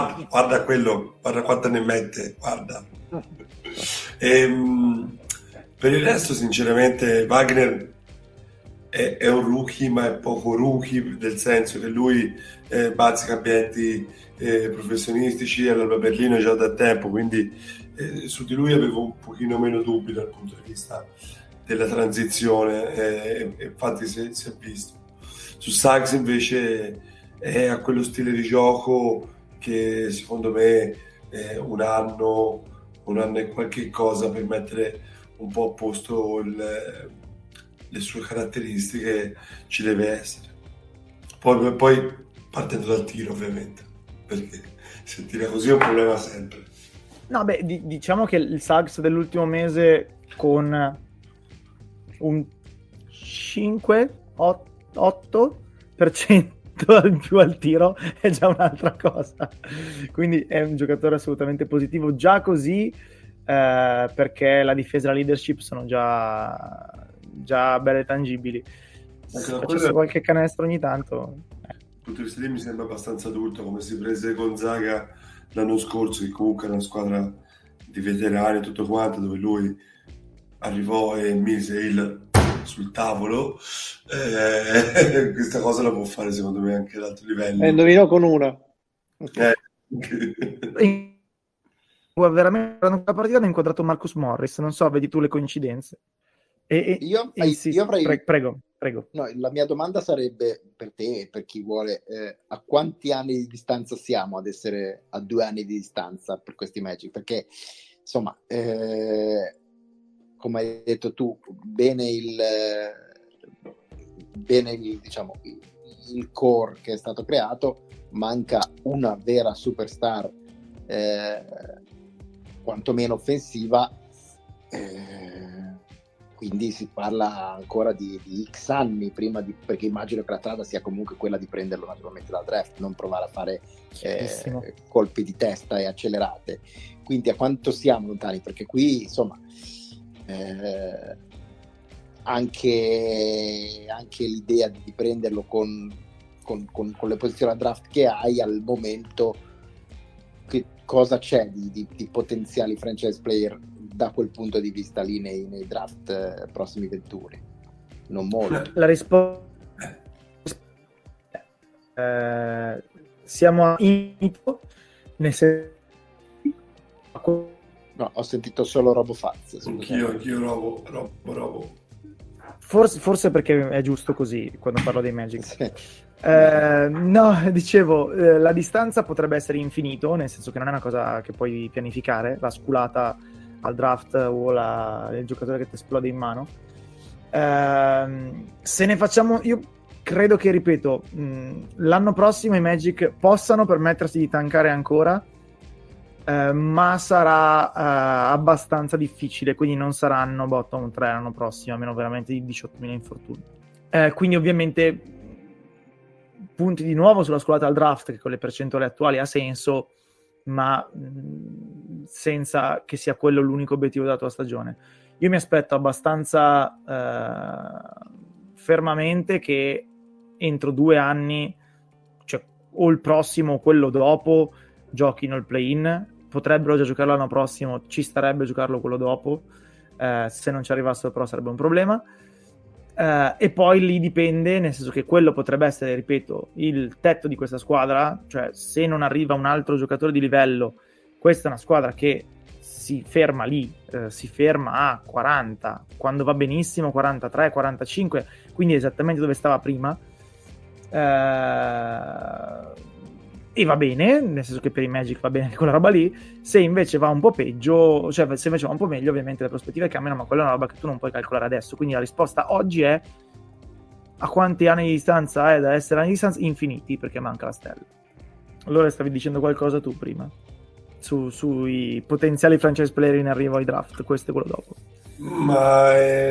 Guarda quello, guarda quanto ne mette, guarda. Per il resto, sinceramente, Wagner è un rookie, ma è poco rookie, nel senso che lui bazzica ambienti professionistici all'Alba Berlino già da tempo, quindi su di lui avevo un pochino meno dubbi dal punto di vista della transizione, e infatti si è visto. Su Suggs invece è a quello stile di gioco che secondo me un anno e qualche cosa per mettere un po' a posto le sue caratteristiche ci deve essere. Poi partendo dal tiro, ovviamente, perché se tira così è un problema sempre. No, beh, diciamo che il Suggs dell'ultimo mese con un 5-8% in più al tiro è già un'altra cosa, quindi è un giocatore assolutamente positivo già così, perché la difesa e la leadership sono già belle tangibili. Se facesse qualche canestro ogni tanto, dal punto di vista lì mi sembra abbastanza adulto, come si prese Gonzaga l'anno scorso, che comunque è una squadra di veterani e tutto quanto, dove lui arrivò e mise il sul tavolo. Questa cosa la può fare secondo me anche ad alto livello. Indovinò con una. Veramente la partita hanno inquadrato Marcus Morris, non so, vedi tu le coincidenze. Io avrei... Prego. No, la mia domanda sarebbe per te e per chi vuole, a quanti anni di distanza siamo ad essere a 2 anni di distanza per questi Magic? Perché insomma, come hai detto tu, bene diciamo, il core che è stato creato, manca una vera superstar, quantomeno offensiva, quindi si parla ancora di X anni prima perché immagino che la strada sia comunque quella di prenderlo naturalmente dal draft, non provare a fare colpi di testa e accelerate. Quindi a quanto siamo lontani? Perché qui insomma anche l'idea di prenderlo con le posizioni al draft che hai al momento, che cosa c'è di potenziali franchise player da quel punto di vista lì nei draft prossimi venturi? Non molto. La risposta siamo a inizio, nel senso. No, ho sentito solo Robofaz. Anch'io Robo. Forse perché è giusto così quando parlo dei Magic. Sì. No, dicevo, la distanza potrebbe essere infinito, nel senso che non è una cosa che puoi pianificare, la sculata al draft o il giocatore che ti esplode in mano. Se ne facciamo, io credo che, ripeto, l'anno prossimo i Magic possano permettersi di tankare ancora, ma sarà abbastanza difficile, quindi non saranno bottom 3 l'anno prossimo, a meno veramente di 18.000 infortuni. Quindi ovviamente punti di nuovo sulla sculata al draft, che con le percentuali attuali ha senso, ma senza che sia quello l'unico obiettivo della tua stagione. Io mi aspetto abbastanza fermamente che entro 2 anni, cioè o il prossimo o quello dopo, giochino il play-in. Potrebbero già giocarlo l'anno prossimo, ci starebbe a giocarlo quello dopo, se non ci arrivassero però sarebbe un problema, e poi lì dipende, nel senso che quello potrebbe essere, ripeto, il tetto di questa squadra, cioè se non arriva un altro giocatore di livello, questa è una squadra che si ferma lì, si ferma a 40, quando va benissimo 43, 45, quindi esattamente dove stava prima, e va bene, nel senso che per i Magic va bene quella roba lì. Se invece va un po' peggio, cioè se invece va un po' meglio, ovviamente le prospettive cambiano, ma quella è una roba che tu non puoi calcolare adesso. Quindi la risposta oggi è: a quanti anni di distanza è da essere anni di distanza? Infiniti, perché manca la stella. Allora stavi dicendo qualcosa tu prima sui potenziali franchise player in arrivo ai draft, questo e quello dopo. Ma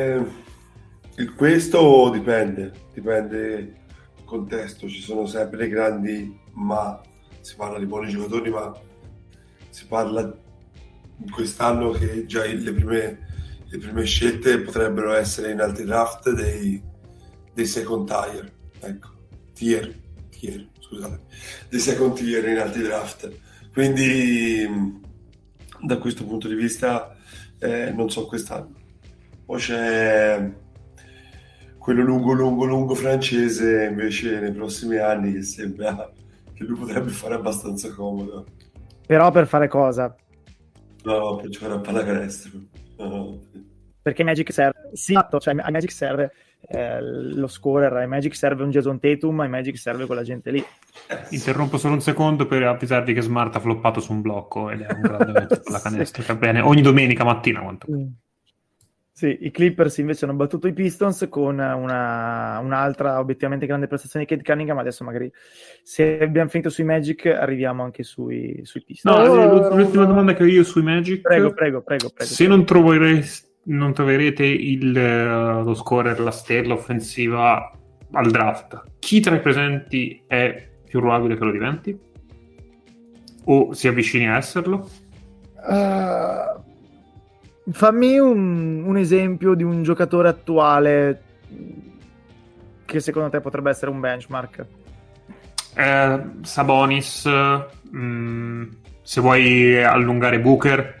questo dipende il contesto, ci sono sempre dei grandi, ma si parla di buoni giocatori, ma si parla quest'anno che già le prime scelte potrebbero essere in altri draft dei second tier, ecco, scusate, dei second tier in altri draft. Quindi da questo punto di vista non so quest'anno. Poi c'è quello lungo francese invece nei prossimi anni che sembra che lui potrebbe fare abbastanza comodo. Però per fare cosa? No, per giocare a pallacanestro. No. Perché Magic serve, sì, esatto, cioè a Magic serve lo scorer, a Magic serve un Jason Tatum, a Magic serve quella gente lì. Interrompo solo un secondo per avvisarvi che Smart ha floppato su un blocco ed è un grande pallacanestro. Sì. Va bene, ogni domenica mattina quanto. Sì, i Clippers invece hanno battuto i Pistons con un'altra obiettivamente grande prestazione di Cade Cunningham. Adesso magari, se abbiamo finito sui Magic, arriviamo anche sui Pistons. No, l'ultima domanda che ho io sui Magic. Prego. Se non troverete lo scorer, la stella offensiva al draft, chi tra i presenti è più probabile che lo diventi? O si avvicini a esserlo? Fammi un esempio di un giocatore attuale che secondo te potrebbe essere un benchmark. Sabonis, se vuoi allungare Booker.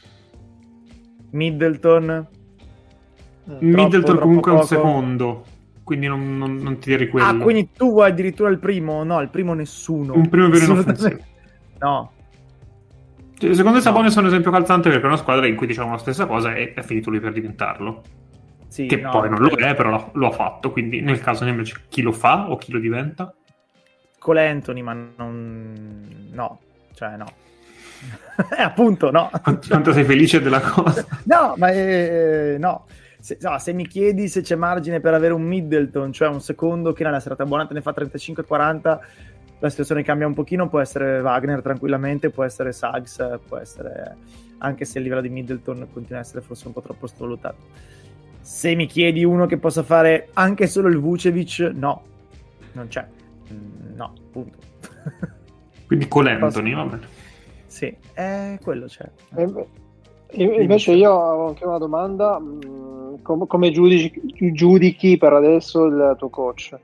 Middleton comunque è un poco. secondo, quindi non ti direi quello. Ah, quindi tu vuoi addirittura il primo? No, il primo nessuno. Un primo vero offensivo. No. Secondo me Sabonis è un esempio calzante perché è una squadra in cui diciamo la stessa cosa e è finito lui per diventarlo. Sì, che poi non lo è, però lo ha fatto, quindi nel caso invece chi lo fa o chi lo diventa? Cole Anthony, ma non... No, cioè no. Appunto, no. Quanto sei felice della cosa? No, ma no. Se mi chiedi se c'è margine per avere un Middleton, cioè un secondo che nella serata buona te ne fa 35-40, la situazione cambia un pochino. Può essere Wagner tranquillamente, può essere Suggs, può essere, anche se il livello di Middleton continua a essere forse un po' troppo sottovalutato. Se mi chiedi uno che possa fare anche solo il Vucevic, no, non c'è. No, punto. Quindi Cole Anthony, va bene. Sì, quello c'è. Invece io ho anche una domanda. Come giudichi per adesso il tuo coach?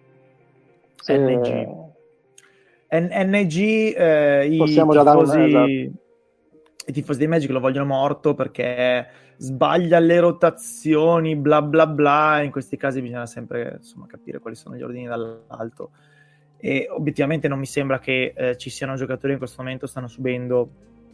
NG, possiamo già dare i tifosi dei Magic lo vogliono morto perché sbaglia le rotazioni, bla bla bla. In questi casi bisogna sempre capire quali sono gli ordini dall'alto, e obiettivamente non mi sembra che ci siano giocatori in questo momento stanno subendo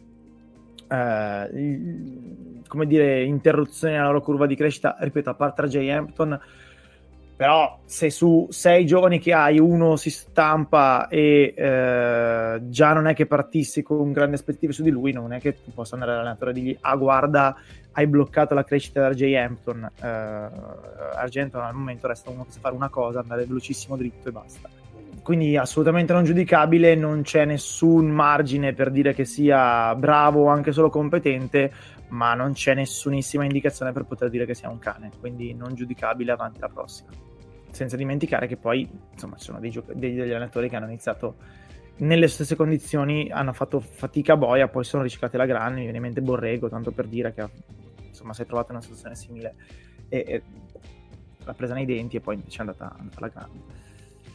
interruzioni nella loro curva di crescita, ripeto, a parte J. Hampton. Però se su 6 giovani che hai uno si stampa e già non è che partissi con grandi aspettative su di lui, non è che tu possa andare all'allenatore e dirgli guarda, hai bloccato la crescita di RJ Hampton. Argenton al momento resta uno che sa fare una cosa, andare velocissimo dritto e basta. Quindi assolutamente non giudicabile, non c'è nessun margine per dire che sia bravo o anche solo competente, ma non c'è nessunissima indicazione per poter dire che sia un cane, quindi non giudicabile, avanti la prossima. Senza dimenticare che poi ci sono degli allenatori che hanno iniziato nelle stesse condizioni, hanno fatto fatica a boia, poi sono riciclati alla grande. Mi viene in mente Borrego, tanto per dire, che si è trovato in una situazione simile e l'ha presa nei denti e poi invece è andata alla grande.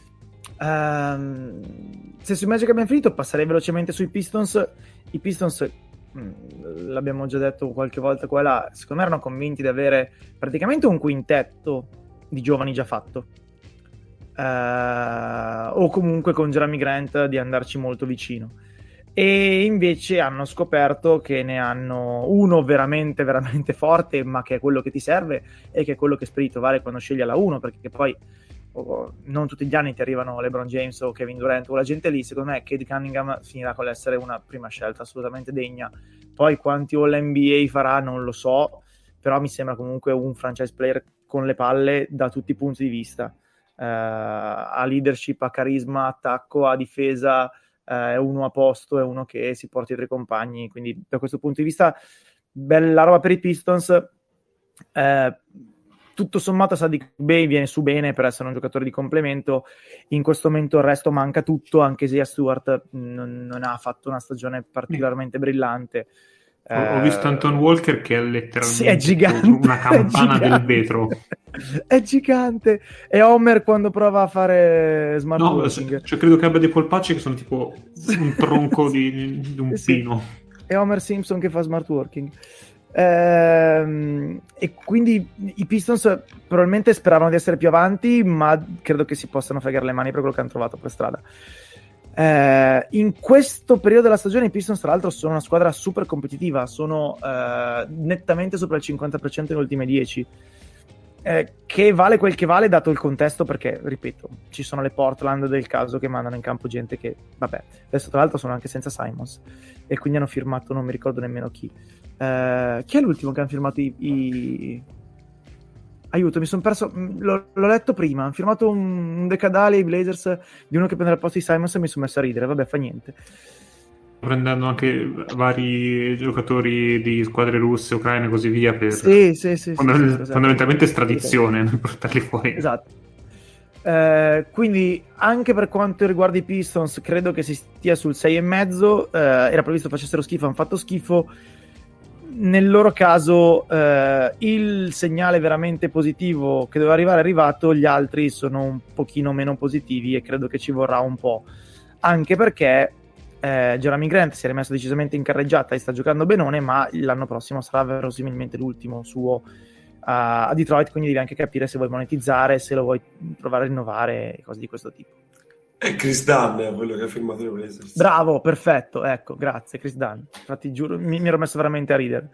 Se sui Magic abbiamo finito, passerei velocemente sui Pistons. I Pistons, l'abbiamo già detto qualche volta qua e là, secondo me erano convinti di avere praticamente un quintetto di giovani già fatto, o comunque con Jeremy Grant di andarci molto vicino, e invece hanno scoperto che ne hanno uno veramente veramente forte, ma che è quello che ti serve e che è quello che speri trovare quando scegli la 1, perché poi non tutti gli anni ti arrivano LeBron James o Kevin Durant o la gente lì. Secondo me Cade Cunningham finirà con l'essere una prima scelta assolutamente degna. Poi quanti All-NBA farà non lo so, però mi sembra comunque un franchise player con le palle da tutti i punti di vista. Ha leadership, ha carisma, attacco, ha difesa, è uno a posto, è uno che si porta dietro i compagni, quindi da questo punto di vista bella roba per i Pistons. Tutto sommato Saddiq Bey viene su bene per essere un giocatore di complemento. In questo momento il resto manca tutto, anche Isaiah Stewart non ha fatto una stagione particolarmente brillante. Ho visto Anton Walker che è letteralmente sì, è gigante, una campana del vetro. È gigante. E Homer quando prova a fare smart working. Cioè, credo che abbia dei polpacci che sono tipo un tronco di un pino. E Homer Simpson che fa smart working. E quindi i Pistons probabilmente speravano di essere più avanti, ma credo che si possano fregare le mani per quello che hanno trovato per strada. In questo periodo della stagione i Pistons tra l'altro sono una squadra super competitiva, sono nettamente sopra il 50% nelle ultime 10, che vale quel che vale dato il contesto, perché ripeto ci sono le Portland del caso che mandano in campo gente che vabbè, adesso tra l'altro sono anche senza Simons e quindi hanno firmato non mi ricordo nemmeno chi è l'ultimo che hanno firmato aiuto, mi sono perso, l'ho letto prima, hanno firmato un decadale ai Blazers di uno che prende il posto di Simons e mi sono messo a ridere, vabbè, fa niente. Prendendo anche vari giocatori di squadre russe, ucraine e così via per fondamentalmente estradizione, per portarli fuori. Esatto. Quindi anche per quanto riguarda i Pistons credo che si stia sul 6,5, era previsto facessero schifo, hanno fatto schifo. Nel loro caso il segnale veramente positivo che doveva arrivare è arrivato, gli altri sono un pochino meno positivi e credo che ci vorrà un po', anche perché Jeremy Grant si è rimesso decisamente in carreggiata e sta giocando benone, ma l'anno prossimo sarà verosimilmente l'ultimo suo a Detroit, quindi devi anche capire se vuoi monetizzare, se lo vuoi provare a rinnovare e cose di questo tipo. È Chris Dunn quello che ha firmato le Blazers. Bravo, perfetto, ecco, grazie Chris Dunn. Infatti giuro, mi ero messo veramente a ridere.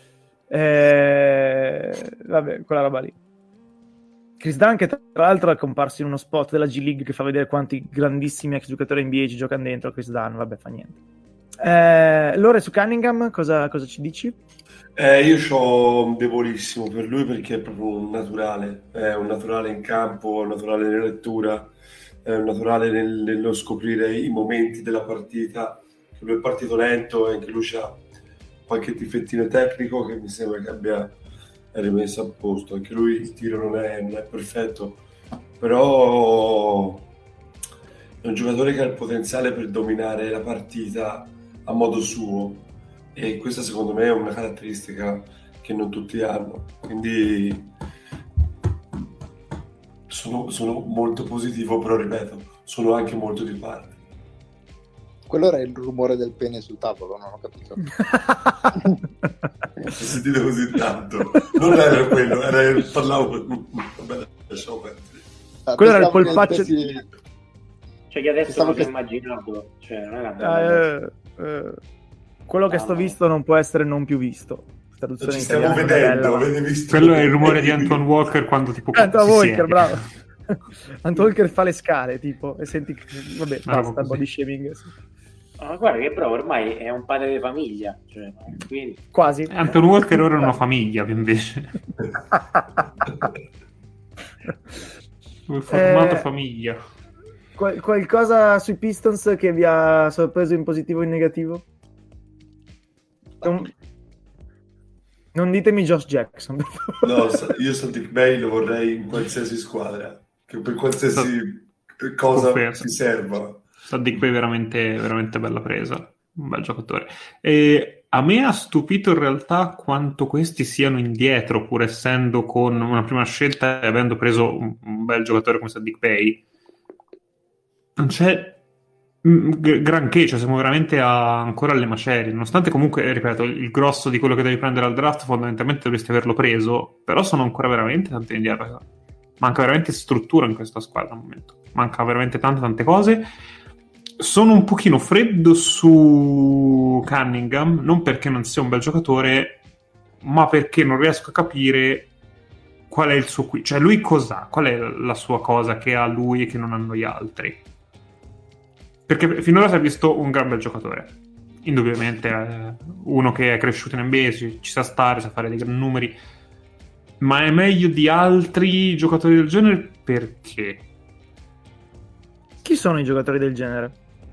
Vabbè, quella roba lì. Chris Dunn che tra l'altro è comparso in uno spot della G League che fa vedere quanti grandissimi ex giocatori NBA ci giocano dentro. Chris Dunn, vabbè, fa niente. Lore, su Cunningham cosa ci dici? Io c'ho un debolissimo per lui perché è proprio un naturale in campo, un naturale nella lettura, è un naturale nello scoprire i momenti della partita. Lui è partito lento e anche lui ha qualche difettino tecnico che mi sembra che abbia rimesso a posto. Anche lui il tiro non è perfetto, però è un giocatore che ha il potenziale per dominare la partita a modo suo, e questa secondo me è una caratteristica che non tutti hanno, quindi sono molto positivo, però ripeto, sono anche molto di parte. Quello era il rumore del pene sul tavolo, non ho capito. Ho sentito così tanto. Non era quello, parlavo. Vabbè, lasciamo perdere. Quello era il polpaccio. Cioè che adesso non ho immaginato. Cioè, non era quello che sto visto non può essere non più visto. Ci stiamo vedendo, avete visto? Quello è il rumore di Antoine Walker quando tipo Antoine Walker, bravo. Antoine Walker fa le scale tipo e senti, vabbè, basta il body shaming. Ma guarda che bravo, ormai è un padre di famiglia, cioè, quindi... quasi. Anton Walker ora è una famiglia invece. Un formato famiglia. Qualcosa sui Pistons che vi ha sorpreso in positivo o in negativo? Non ditemi Josh Jackson. No, io Sadiq Bey lo vorrei in qualsiasi squadra, che per qualsiasi cosa si serva. Sadiq Bey veramente, veramente bella presa, un bel giocatore. E a me ha stupito in realtà quanto questi siano indietro, pur essendo con una prima scelta e avendo preso un bel giocatore come Sadiq Bey. Non c'è granché, cioè siamo veramente ancora alle macerie, nonostante comunque, ripeto, il grosso di quello che devi prendere al draft fondamentalmente dovresti averlo preso, però sono ancora veramente tanto indietro. Manca veramente struttura in questa squadra al momento, manca veramente tante cose. Sono un pochino freddo su Cunningham, non perché non sia un bel giocatore, ma perché non riesco a capire qual è il suo qui, cioè lui cos'ha, qual è la sua cosa che ha lui e che non hanno gli altri. Perché finora si è visto un gran bel giocatore, indubbiamente, uno che è cresciuto in NBA, ci sa stare, sa fare dei gran numeri, ma è meglio di altri giocatori del genere perché? Chi sono i giocatori del genere?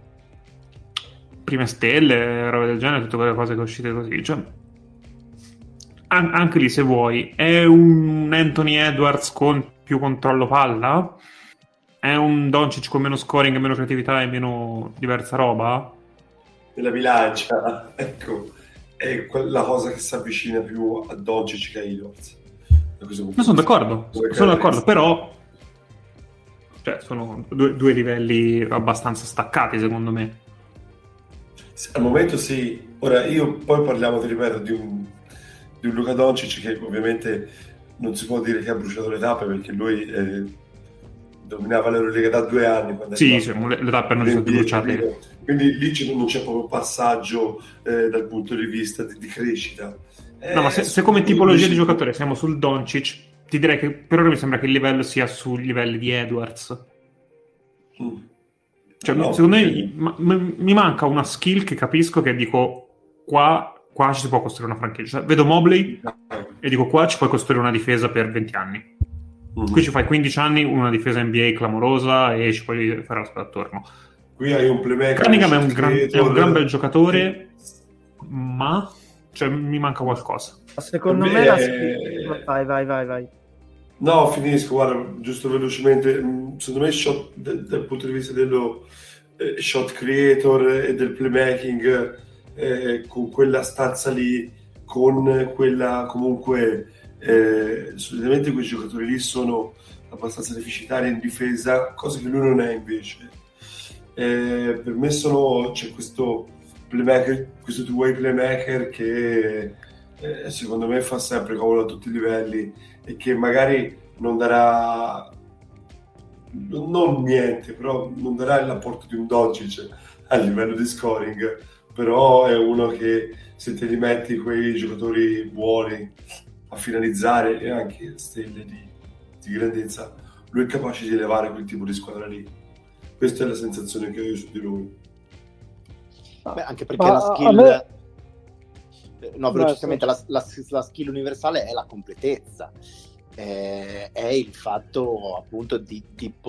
Prime stelle, robe del genere, tutte quelle cose che uscite così, cioè anche lì se vuoi è un Anthony Edwards con più controllo palla, è un Doncic con meno scoring, meno creatività e meno diversa roba nella bilancia, ecco, è la cosa che si avvicina più a Doncic che a Edwards. Non sono d'accordo, però cioè, sono due livelli abbastanza staccati secondo me. Al momento sì. Ora io poi parliamo, ti ripeto, di un Luka Doncic che ovviamente non si può dire che ha bruciato le tappe, perché lui dominava l'Eurolega da 2 anni. Sì, le tappe non sono bruciate. Quindi lì non c'è proprio un passaggio dal punto di vista di crescita. No, ma se come tipologia di giocatore siamo sul Doncic, ti direi che per ora mi sembra che il livello sia sui livelli di Edwards. Cioè, no, secondo me mi manca una skill che capisco, che dico qua ci si può costruire una franchigia. Cioè, vedo Mobley e dico qua ci puoi costruire una difesa per 20 anni. Qui ci fai 15 anni, una difesa NBA clamorosa e ci puoi fare la squadra attorno. Qui hai un playmaker. Cunningham è un gran bel giocatore, ma cioè, mi manca qualcosa. Secondo me vai. No, finisco, guarda, giusto velocemente. Secondo me dal punto di vista dello shot creator e del playmaking, con quella stanza lì, con quella comunque solitamente quei giocatori lì sono abbastanza deficitari in difesa, cosa che lui non è invece. Per me c'è questo playmaker, questo two-way playmaker che secondo me fa sempre comodo a tutti i livelli e che magari non darà non niente, però non darà l'apporto di un Doncic a livello di scoring, però è uno che se te li metti quei giocatori buoni a finalizzare e anche stelle di grandezza, lui è capace di elevare quel tipo di squadra lì. Questa è la sensazione che ho io su di lui. Beh, anche perché la skill velocemente la skill universale è la completezza, è il fatto appunto di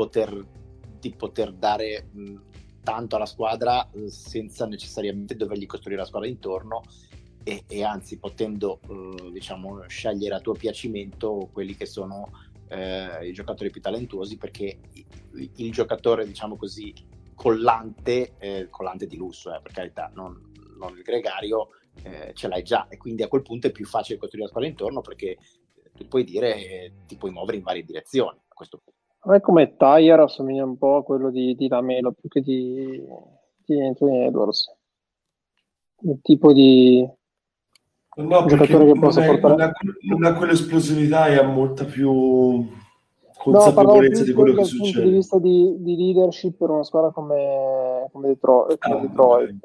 poter dare tanto alla squadra senza necessariamente dovergli costruire la squadra intorno, e anzi potendo diciamo scegliere a tuo piacimento quelli che sono i giocatori più talentuosi, perché il giocatore, diciamo così, collante di lusso, per carità, non il gregario, ce l'hai già, e quindi a quel punto è più facile costruire la squadra intorno, perché tu puoi dire ti puoi muovere in varie direzioni a questo punto. A me come Tyre assomiglia un po' a quello di Lamelo più che di Anthony Edwards, il tipo di giocatore che possa portare. Non ha quell'esplosività e ha molta più consapevolezza di quello che succede. Dal punto di vista di leadership per una squadra come Detroit. Okay.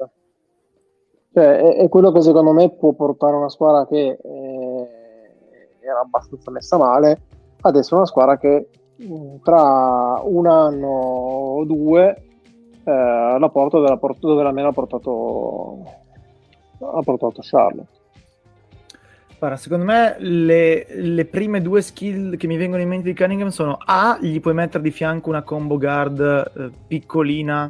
Cioè, è quello che secondo me può portare una squadra che era abbastanza messa male ad essere una squadra che tra un anno o due la porta dove almeno ha portato Charlotte. Guarda, secondo me le prime due skill che mi vengono in mente di Cunningham sono: A, gli puoi mettere di fianco una combo guard piccolina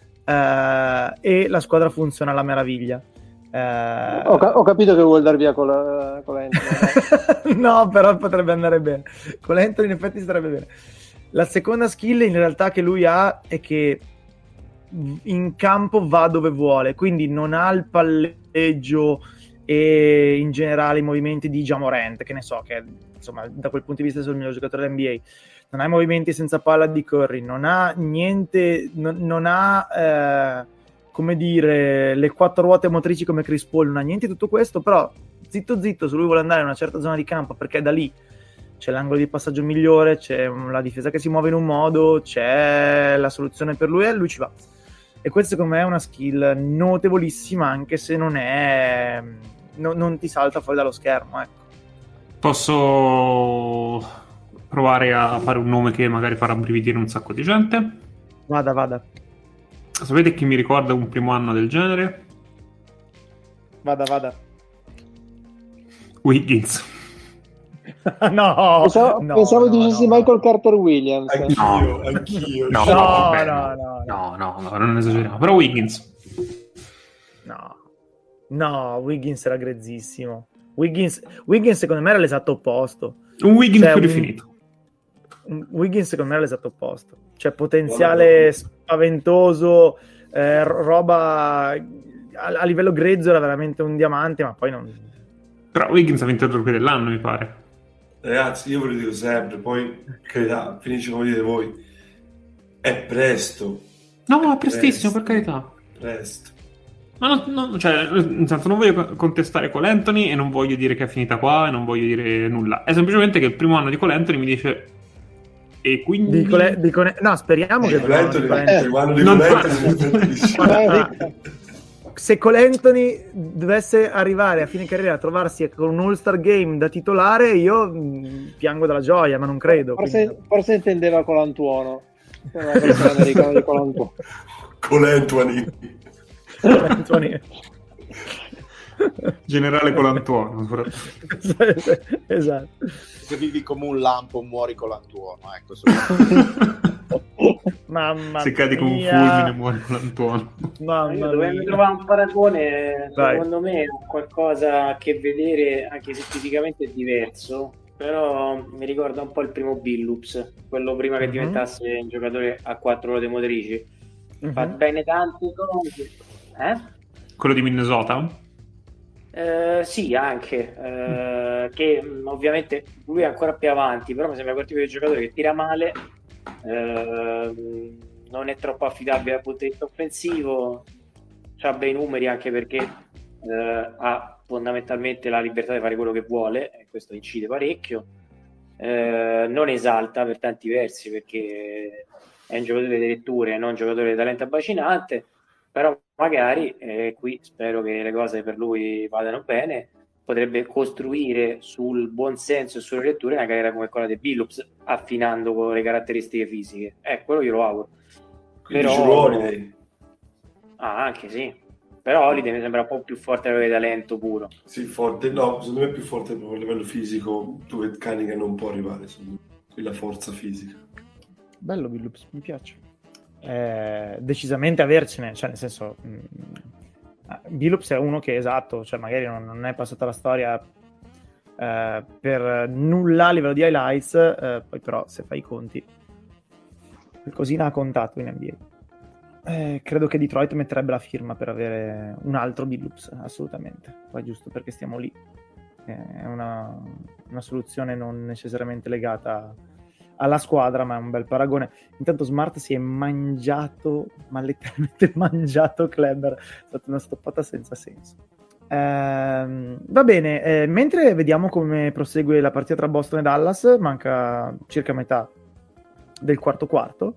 e la squadra funziona alla meraviglia. Ho capito che vuol dar via con l'Anthony. No, però potrebbe andare bene. Con l'Anthony in effetti starebbe bene. La seconda skill in realtà che lui ha è che in campo va dove vuole, quindi non ha il palleggio e in generale i movimenti di Ja Morant, che ne so, che insomma da quel punto di vista è il miglior giocatore dell'NBA. Non ha i movimenti senza palla di Curry, non ha niente, non ha come dire, le 4 ruote motrici come Chris Paul, non ha niente di tutto questo, però zitto, se lui vuole andare in una certa zona di campo, perché da lì c'è l'angolo di passaggio migliore, c'è la difesa che si muove in un modo, c'è la soluzione per lui e lui ci va. E questo secondo me è una skill notevolissima, anche se non ti salta fuori dallo schermo, ecco. Posso provare a fare un nome che magari farà brividire un sacco di gente? Vada. Sapete chi mi ricorda un primo anno del genere? Vada. Wiggins. No, pensavo dicessi Michael Carter Williams. Anch'io. No, non esageriamo. Però Wiggins. No, Wiggins era grezzissimo. Wiggins secondo me era l'esatto opposto. Un Wiggins più rifinito. Wiggins secondo me era l'esatto opposto. Cioè potenziale spaventoso, roba a livello grezzo era veramente un diamante, ma poi non... Però Wiggins ha vinto il rookie dell'anno, mi pare. Ragazzi, io ve lo dico sempre, poi carità, finisce come dite voi, è presto. No, è prestissimo, per carità. Presto. Ma cioè, nel senso, non voglio contestare Cole Anthony e non voglio dire che è finita qua e non voglio dire nulla. È semplicemente che il primo anno di Cole Anthony mi dice e quindi... No, speriamo che il primo anno di non se Cole Anthony dovesse arrivare a fine carriera a trovarsi con un All-Star Game da titolare, io piango dalla gioia, ma non credo. Forse intendeva Colantuono. Una versione americana di Colantuono. Cole Anthony. Generale Colantuono. Esatto. Se vivi come un lampo muori Colantuono, ecco. Mamma se cadi con un fulmine muori Colantuono. Dovremmo trovare un paragone. Secondo me ha qualcosa a che vedere, anche se fisicamente è diverso, però mi ricorda un po' il primo Billups, quello prima che diventasse un giocatore a 4 ruote motrici. Fa bene tanto quello di Minnesota? Sì, anche che ovviamente lui è ancora più avanti, però mi sembra quel tipo di giocatore che tira male, non è troppo affidabile dal punto di vista offensivo, ha bei numeri anche perché ha fondamentalmente la libertà di fare quello che vuole e questo incide parecchio, non esalta per tanti versi perché è un giocatore di letture, non un giocatore di talento abbacinante, però magari qui spero che le cose per lui vadano bene, potrebbe costruire sul buon senso e sulle letture una carriera come quella di Billups, affinando con le caratteristiche fisiche. Quello io lo auguro. Però Holiday. Anche sì, però Holiday mi sembra un po' più forte a livello di talento puro. Sì, forte, no, secondo me è più forte proprio a livello fisico, dove Cunningham non può arrivare, quella forza fisica. Bello Billups, mi piace. Decisamente avercene, cioè nel senso Billups è uno che esatto, cioè magari non è passata la storia per nulla a livello di highlights, poi però se fai i conti qualcosina ha contato in NBA. Credo che Detroit metterebbe la firma per avere un altro Billups, assolutamente, poi giusto perché stiamo lì, è una soluzione non necessariamente legata alla squadra, ma è un bel paragone. Intanto Smart si è mangiato, ma letteralmente mangiato Kleber, è stata una stoppata senza senso. Va bene, mentre vediamo come prosegue la partita tra Boston e Dallas, manca circa metà del quarto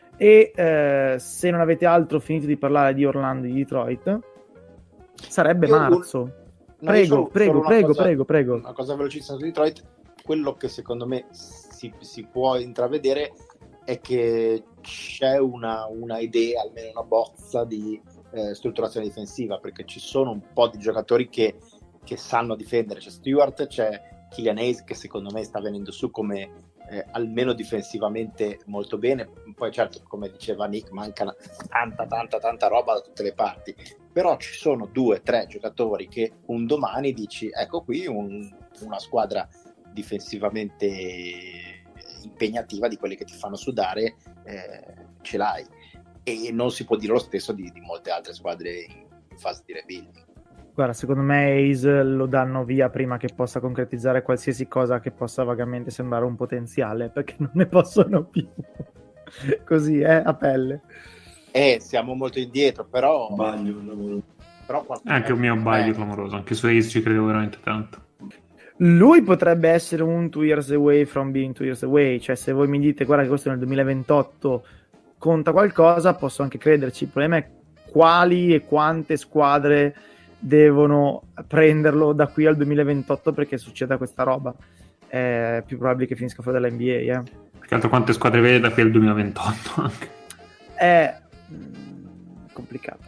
e se non avete altro finito di parlare di Orlando e di Detroit sarebbe marzo. Prego. Una cosa velocissima su Detroit, quello che secondo me si può intravedere è che c'è una idea, almeno una bozza di strutturazione difensiva, perché ci sono un po' di giocatori che sanno difendere. C'è Stewart, c'è Killian Hayes che secondo me sta venendo su come almeno difensivamente molto bene. Poi certo, come diceva Nick, manca tanta roba da tutte le parti, però ci sono 2-3 giocatori che un domani dici ecco qui una squadra difensivamente impegnativa, di quelle che ti fanno sudare, ce l'hai, e non si può dire lo stesso di molte altre squadre in fase di rebuilding. Guarda, secondo me Hayes lo danno via prima che possa concretizzare qualsiasi cosa che possa vagamente sembrare un potenziale, perché non ne possono più. Così, a pelle. Siamo molto indietro, però anche un mio baglio clamoroso, anche su Hayes ci credo veramente tanto. Lui potrebbe essere un 2 years away from being 2 years away, cioè se voi mi dite guarda che questo nel 2028 conta qualcosa, posso anche crederci. Il problema è quali e quante squadre devono prenderlo da qui al 2028 perché succeda questa roba. È più probabile che finisca fuori dalla NBA. Perché altro quante squadre vede da qui al 2028 anche. È complicata.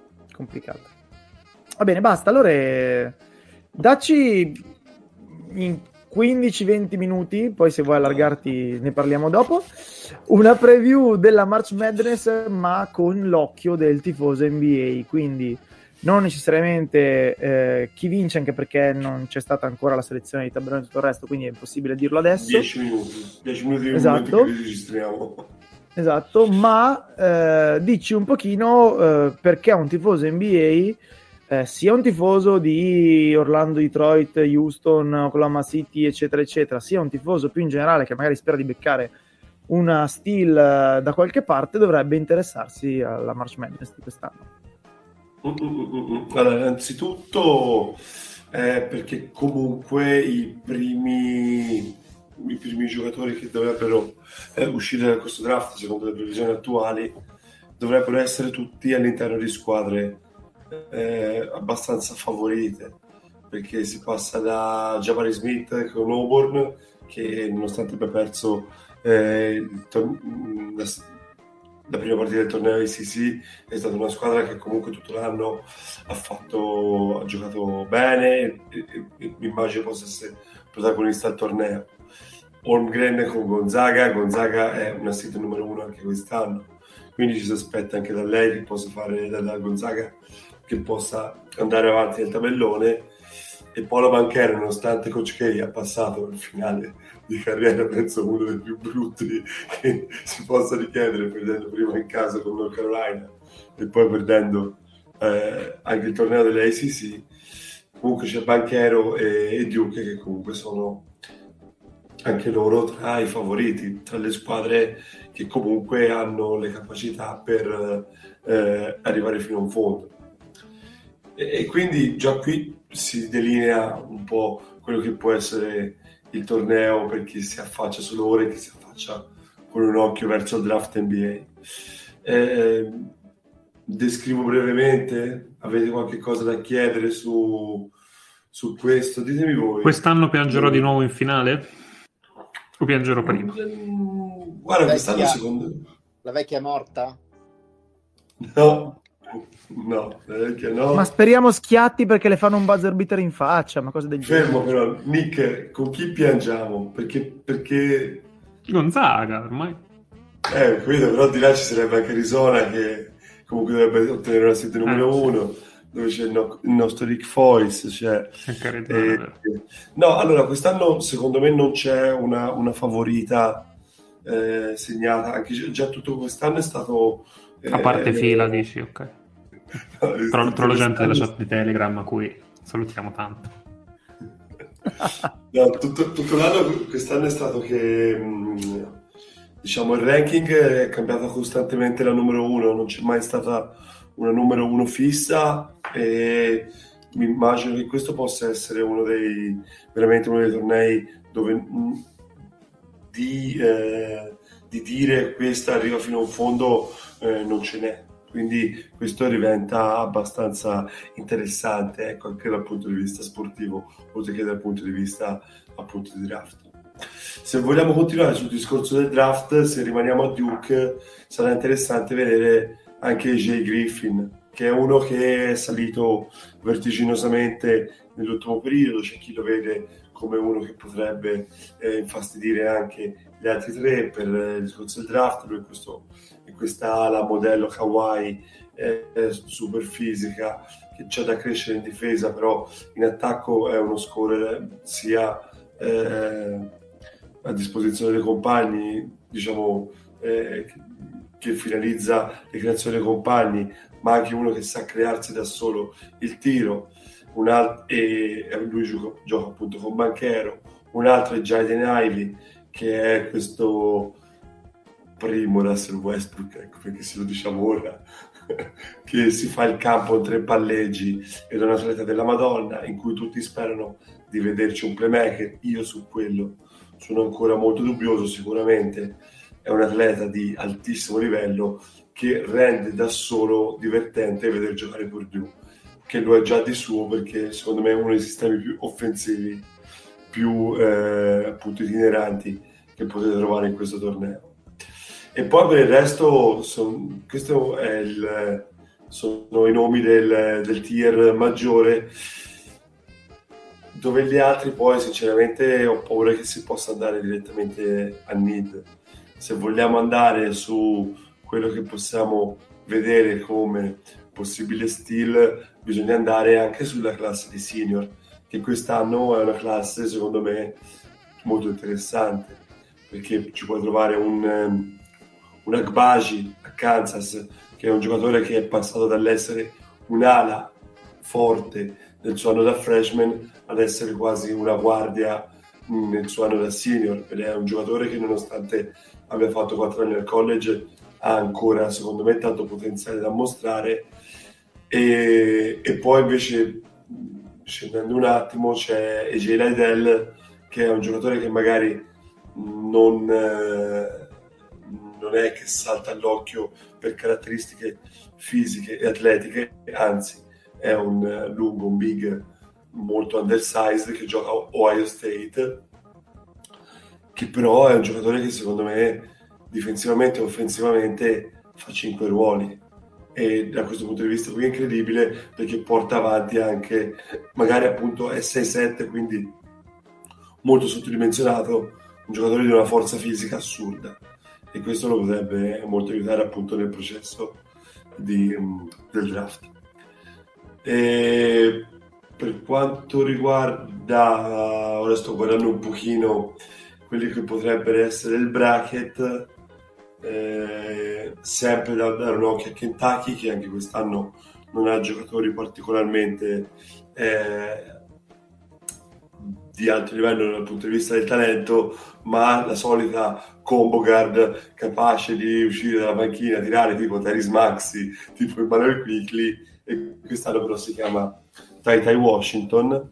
Va bene, basta. Allora dacci in 15-20 minuti, poi se vuoi allargarti ne parliamo dopo, una preview della March Madness ma con l'occhio del tifoso NBA, quindi non necessariamente chi vince, anche perché non c'è stata ancora la selezione di tabellone e tutto il resto, quindi è impossibile dirlo adesso. 10 minuti esatto. Che registriamo. Esatto, ma dici un pochino perché un tifoso NBA sia un tifoso di Orlando, Detroit, Houston, Oklahoma City, eccetera, eccetera, sia un tifoso più in generale che magari spera di beccare una steal da qualche parte, dovrebbe interessarsi alla March Madness di quest'anno. Allora, innanzitutto perché comunque i primi giocatori che dovrebbero uscire da questo draft, secondo le previsioni attuali, dovrebbero essere tutti all'interno di squadre abbastanza favorite, perché si passa da Jabari Smith con Auburn, che nonostante abbia perso la prima partita del torneo ACC, è stata una squadra che comunque tutto l'anno ha giocato bene e immagino possa essere protagonista al torneo. Holmgren con Gonzaga è un assistente numero 1 anche quest'anno, quindi ci si aspetta anche da lei che possa fare da Gonzaga, che possa andare avanti nel tabellone. E Paolo Banchero, nonostante Coach K ha passato il finale di carriera, penso uno dei più brutti che si possa richiedere, perdendo prima in casa con North Carolina e poi perdendo anche il torneo delle ACC, comunque c'è Banchero e Duke che comunque sono anche loro tra i favoriti, tra le squadre che comunque hanno le capacità per arrivare fino a un fondo. E quindi già qui si delinea un po' quello che può essere il torneo per chi si affaccia su loro e chi si affaccia con un occhio verso il draft NBA. Descrivo brevemente, avete qualche cosa da chiedere su questo? Ditemi voi. Quest'anno piangerò di nuovo in finale? O piangerò prima? Guarda, quest'anno secondo... La vecchia è morta? No, la vecchia no. Ma speriamo schiatti perché le fanno un buzzer beater in faccia, ma cose del genere. Fermo però, Nick, con chi piangiamo? Perché... Gonzaga, ormai. Credo, però di là ci sarebbe anche Arizona che comunque dovrebbe ottenere una sede numero 1, dove c'è il nostro Rick Foyce. No, allora quest'anno secondo me non c'è una favorita segnata, anche già tutto quest'anno è stato... A parte fila, dici, ok. Tra la gente della chat di Telegram, a cui salutiamo tanto. No, tutto l'anno quest'anno è stato che diciamo il ranking è cambiato costantemente la numero 1, non c'è mai stata una numero 1 fissa, e mi immagino che questo possa essere veramente uno dei tornei dove di dire questa arriva fino a un fondo non ce n'è, quindi questo diventa abbastanza interessante, ecco, anche dal punto di vista sportivo, oltre che dal punto di vista appunto di draft. Se vogliamo continuare sul discorso del draft, se rimaniamo a Duke, sarà interessante vedere anche Jay Griffin, che è uno che è salito vertiginosamente nell'ultimo periodo. C'è chi lo vede come uno che potrebbe infastidire anche gli altri tre per il discorso del draft. Lui in questa ala modello Kawhi super fisica, che c'è da crescere in difesa, però in attacco è uno scorer sia a disposizione dei compagni, diciamo, che finalizza le creazioni dei compagni, ma anche uno che sa crearsi da solo il tiro. E lui gioca appunto con Banchero. Un altro è Jaden Ivey, che è questo primo Russell Westbrook, ecco, perché se lo diciamo ora, che si fa il campo in 3 palleggi ed è un atleta della Madonna, in cui tutti sperano di vederci un playmaker. Io su quello sono ancora molto dubbioso. Sicuramente è un atleta di altissimo livello che rende da solo divertente vedere giocare Purdue, che lo è già di suo, perché secondo me è uno dei sistemi più offensivi, più appunto itineranti che potete trovare in questo torneo. E poi per il resto questo sono i nomi del tier maggiore, dove gli altri poi sinceramente ho paura che si possa andare direttamente a need. Se vogliamo andare su quello che possiamo vedere come possibile steal, bisogna andare anche sulla classe di senior, che quest'anno è una classe secondo me molto interessante, perché ci puoi trovare un Agbaji a Kansas, che è un giocatore che è passato dall'essere un'ala forte nel suo anno da freshman ad essere quasi una guardia nel suo anno da senior, ed è un giocatore che nonostante abbia fatto 4 anni al college ha ancora secondo me tanto potenziale da mostrare. e poi invece scendendo un attimo c'è AJ Liddell, che è un giocatore che magari non è che salta all'occhio per caratteristiche fisiche e atletiche, anzi è un lungo, un big molto undersized che gioca a Ohio State, che però è un giocatore che secondo me difensivamente e offensivamente fa 5 ruoli, e da questo punto di vista qui è incredibile perché porta avanti anche, magari appunto è 6-7, quindi molto sottodimensionato, un giocatore di una forza fisica assurda, e questo lo potrebbe molto aiutare appunto nel processo del draft. E per quanto riguarda, ora sto guardando un pochino quelli che potrebbero essere il bracket, sempre da dare un occhio a Kentucky, che anche quest'anno non ha giocatori particolarmente di alto livello dal punto di vista del talento, ma la solita combo guard capace di uscire dalla panchina, tirare tipo Tyrese Maxey, tipo Emmanuel Quickley, e quest'anno però si chiama Ty Washington,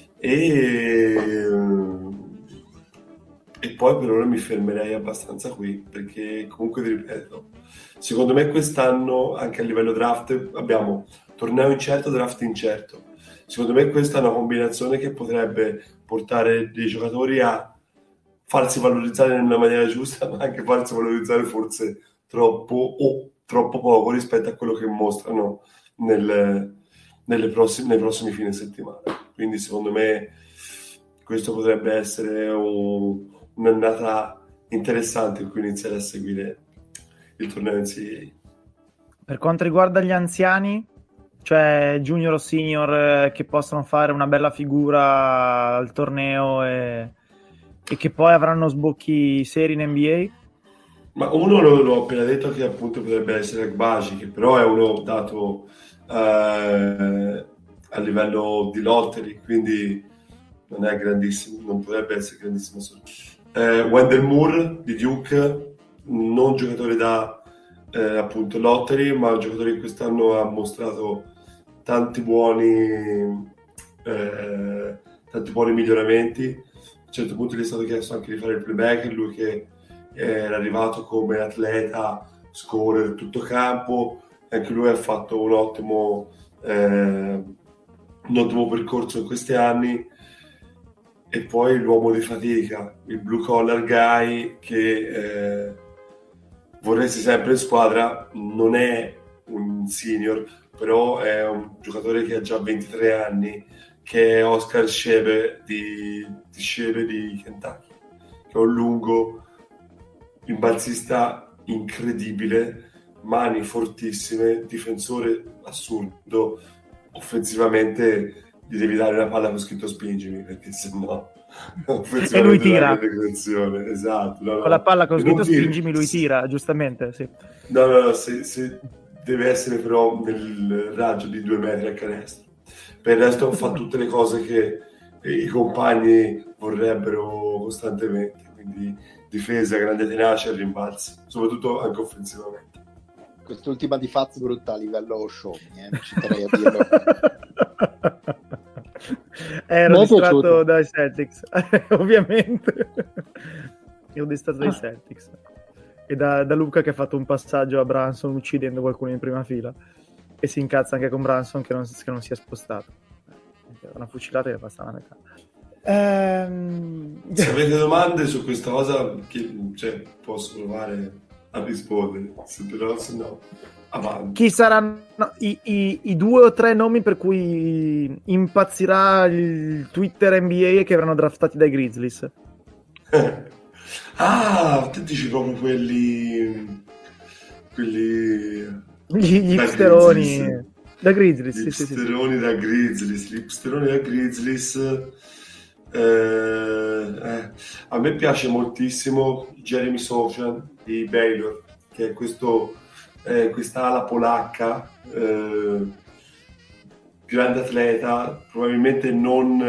e poi per ora mi fermerei abbastanza qui, perché comunque vi ripeto, secondo me quest'anno anche a livello draft abbiamo torneo incerto, draft incerto. Secondo me questa è una combinazione che potrebbe portare dei giocatori a farsi valorizzare nella maniera giusta, ma anche farsi valorizzare forse troppo o troppo poco rispetto a quello che mostrano nei prossimi fine settimana. Quindi secondo me questo potrebbe essere un'annata interessante in cui iniziare a seguire il torneo NCAA. Per quanto riguarda gli anziani, cioè junior o senior, che possono fare una bella figura al torneo e che poi avranno sbocchi seri in NBA? Ma uno l'ho appena detto, che appunto potrebbe essere Agbaji, che però è uno dato a livello di lottery, quindi non è grandissimo, non potrebbe essere grandissimo. Wendell Moore di Duke, non giocatore da appunto lottery, ma un giocatore che quest'anno ha mostrato tanti buoni miglioramenti. A un certo punto gli è stato chiesto anche di fare il playmaker, lui che era arrivato come atleta, scorer, tutto campo, anche lui ha fatto un ottimo percorso in questi anni. E poi l'uomo di fatica, il blue collar guy che vorresti sempre in squadra, non è un senior, però è un giocatore che ha già 23 anni, che è Oscar Schebe di Kentucky, che è un lungo, un balzista incredibile, mani fortissime, difensore assurdo, offensivamente gli devi dare la palla con scritto spingimi, perché sennò e lui tira. Esatto, no. Con la palla con scritto spingimi lui tira, giustamente, sì. No, se deve essere però nel raggio di 2 metri a canestro. Per il resto fa tutte le cose che i compagni vorrebbero costantemente, quindi difesa, grande tenacia e rimbalzi, soprattutto anche offensivamente. Quest'ultima di Faz brutta a livello show, ci terrei a dirlo. Ero distratto dai Celtics, ovviamente. Ero distratto dai Celtics. E da Luca che ha fatto un passaggio a Brunson uccidendo qualcuno in prima fila. E si incazza anche con Brunson che non si è spostato. Una fucilata che passa la metà. Se avete domande su questa cosa, posso provare a rispondere. Se no, avanti. Chi saranno i 2 o 3 nomi per cui impazzirà il Twitter NBA che verranno draftati dai Grizzlies? Te dici proprio quelli gli hipsteroni da Grizzlies. Gli hipsteroni da Grizzlies. A me piace moltissimo Jeremy Sochan di Baylor, che è questa ala polacca, grande atleta, probabilmente non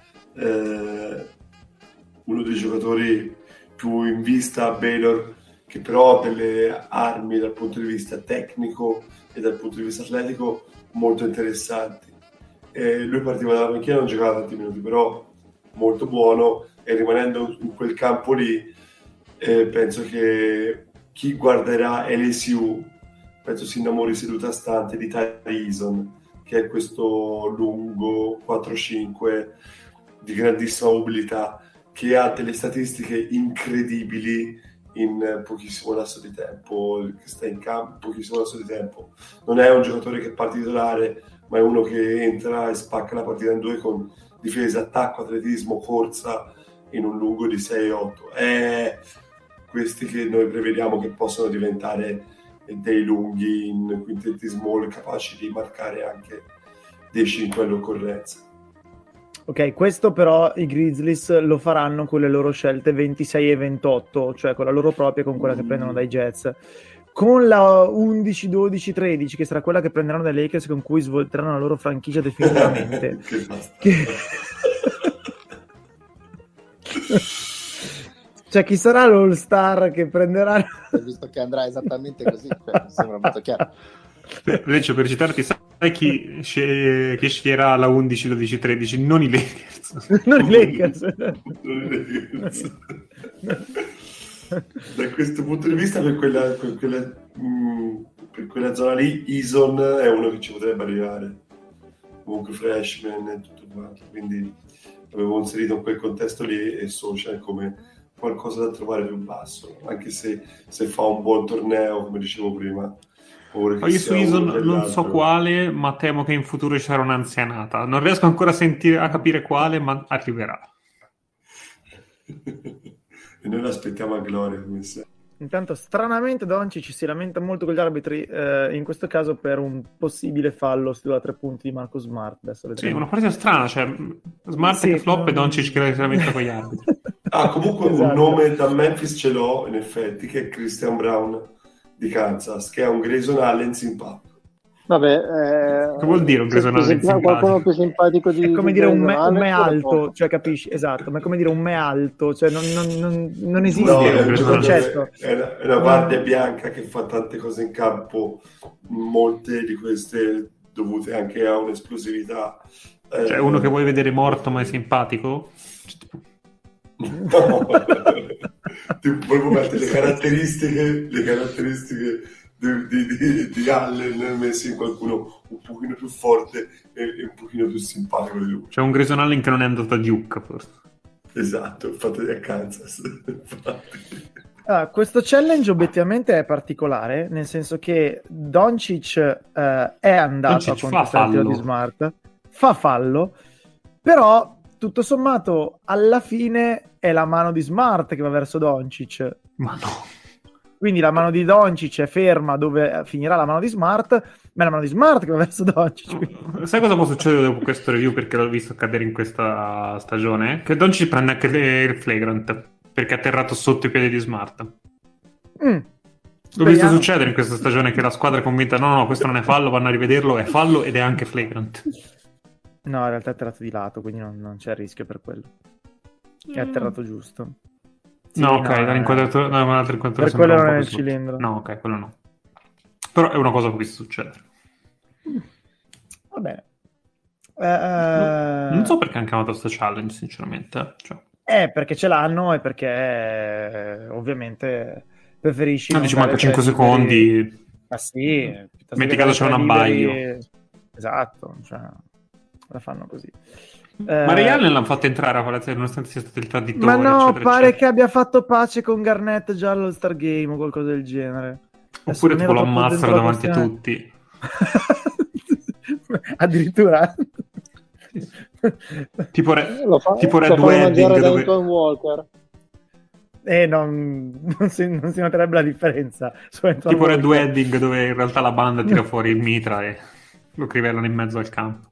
uno dei giocatori più in vista a Baylor, che però ha delle armi dal punto di vista tecnico e dal punto di vista atletico molto interessanti. Lui partiva dalla panchina, non giocava tanti minuti, però molto buono, e rimanendo in quel campo lì penso che chi guarderà LSU penso si innamori seduta stante di Ty Eason, che è questo lungo 4-5 di grandissima mobilità, che ha delle statistiche incredibili in pochissimo lasso di tempo, che sta in campo in pochissimo lasso di tempo. Non è un giocatore che parte titolare, ma è uno che entra e spacca la partita in due con difesa, attacco, atletismo, corsa in un lungo di 6-8. È questi che noi prevediamo che possono diventare dei lunghi in quintetti small, capaci di marcare anche dei 5 all'occorrenza. Ok, questo però i Grizzlies lo faranno con le loro scelte 26 e 28, cioè con la loro propria, con quella che prendono dai Jets. Con la 11, 12, 13, che sarà quella che prenderanno dai Lakers, con cui svolteranno la loro franchigia definitivamente. Cioè, chi sarà l'All-Star che prenderà? Visto che andrà esattamente così, cioè, mi sembra molto chiaro. Invece, per citarti, sai chi sceglierà la 11, 12, 13? Non i Lakers. Non i Lakers. Da questo punto di vista, per quella zona lì, Eason è uno che ci potrebbe arrivare. Comunque freshman e tutto quanto. Quindi avevo inserito in quel contesto lì e Social come qualcosa da trovare più basso, anche se fa un buon torneo, come dicevo prima. Io su Eason non so quale, ma temo che in futuro ci sarà un'anzianata. Non riesco ancora a capire quale, ma arriverà. E noi l'aspettiamo a gloria, come sempre. Intanto, stranamente, Doncic si lamenta molto con gli arbitri, in questo caso per un possibile fallo sulla 3 punti di Marcus Smart. Adesso sì, una partita strana, cioè Smart che flop e Doncic che si lamenta con gli arbitri. Comunque esatto. Un nome da Memphis ce l'ho, in effetti, che è Christian Brown di Kansas, che è un Grayson Allen simpatico. Vabbè, che vuol dire un Grayson Allen simpatico? Qualcuno più simpatico di è come dire un me alto, poco. cioè capisci? Esatto, ma è come dire un me alto, cioè non esiste il concetto. È una guardia bianca che fa tante cose in campo, molte di queste dovute anche a un'esplosività. Cioè uno che vuoi vedere morto ma è simpatico? No, proprio mettere le caratteristiche di Allen messe in qualcuno un pochino più forte e un pochino più simpatico di lui. C'è un Grayson Allen che non è andato a Duke, forse. Esatto, fatto a Kansas. Questo challenge obiettivamente è particolare, nel senso che Doncic è andato a contestare il tiro di Smart, fa fallo, però tutto sommato alla fine è la mano di Smart che va verso Doncic. Ma no. Quindi la mano di Doncic è ferma dove finirà la mano di Smart, ma è la mano di Smart che va verso Doncic. Sai cosa può succedere dopo questo review, perché l'ho visto accadere in questa stagione? Che Doncic prende anche il flagrant, perché è atterrato sotto i piedi di Smart. L'ho visto succedere in questa stagione, che la squadra è convinta no, questo non è fallo, vanno a rivederlo, è fallo ed è anche flagrant. No, in realtà è atterrato di lato, quindi non c'è rischio per quello. È atterrato giusto. Sì, no, ok, dall'inquadratura, no, un'altra inquadratura. Per quello non è il cilindro. No, ok, quello no. Però è una cosa che ho visto succedere. Va bene. Non so perché hanno chiamato sto challenge, sinceramente. Cioè. Perché ce l'hanno e perché ovviamente preferisci... No, dici manca 5 secondi. Ah sì. Metti caso c'è un abbaglio. Esatto, cioè, la fanno così. Ma Ray Allen l'hanno fatto entrare a colazione nonostante sia stato il traditore. Ma no, eccetera, pare eccetera. che abbia fatto pace con Garnett già all'All-Star Game o qualcosa del genere. Oppure tipo lo ammazzano davanti a tutti. Addirittura. tipo Red Wedding dove... Walker. Non si noterebbe la differenza. Tipo Red Wedding dove in realtà la banda tira fuori il mitra e lo crivellano in mezzo al campo.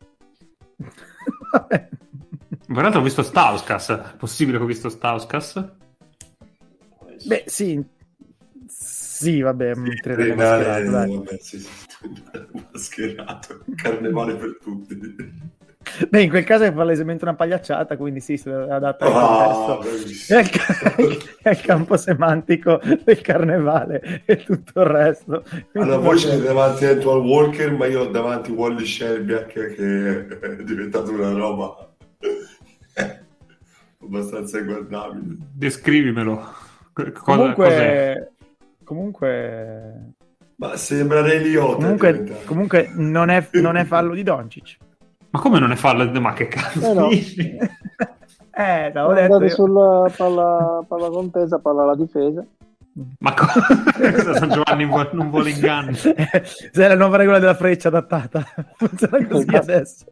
In realtà ho visto Stauskas. È possibile che ho visto Stauskas? Beh, sì, vabbè, sì, mascherato, sì, mascherato. Carnevale per tutti. Beh, in quel caso è palesemente una pagliacciata, quindi sì, si è adatta al contesto. È il campo semantico del carnevale e tutto il resto. Quindi allora, voi siete davanti a Antoine Walker, ma io ho davanti Wally Shelby, che è diventato una roba abbastanza inguardabile. Descrivimelo. Comunque... Ma sembra Ray Liotta. Comunque non è fallo di Doncic. Ma come non è fallo? Ma che cazzo no. dici? L'avevo detto io. Sulla palla contesa, palla alla difesa. Ma cosa San Giovanni non vuole inganni? È la nuova regola della freccia adattata. Funziona così adesso.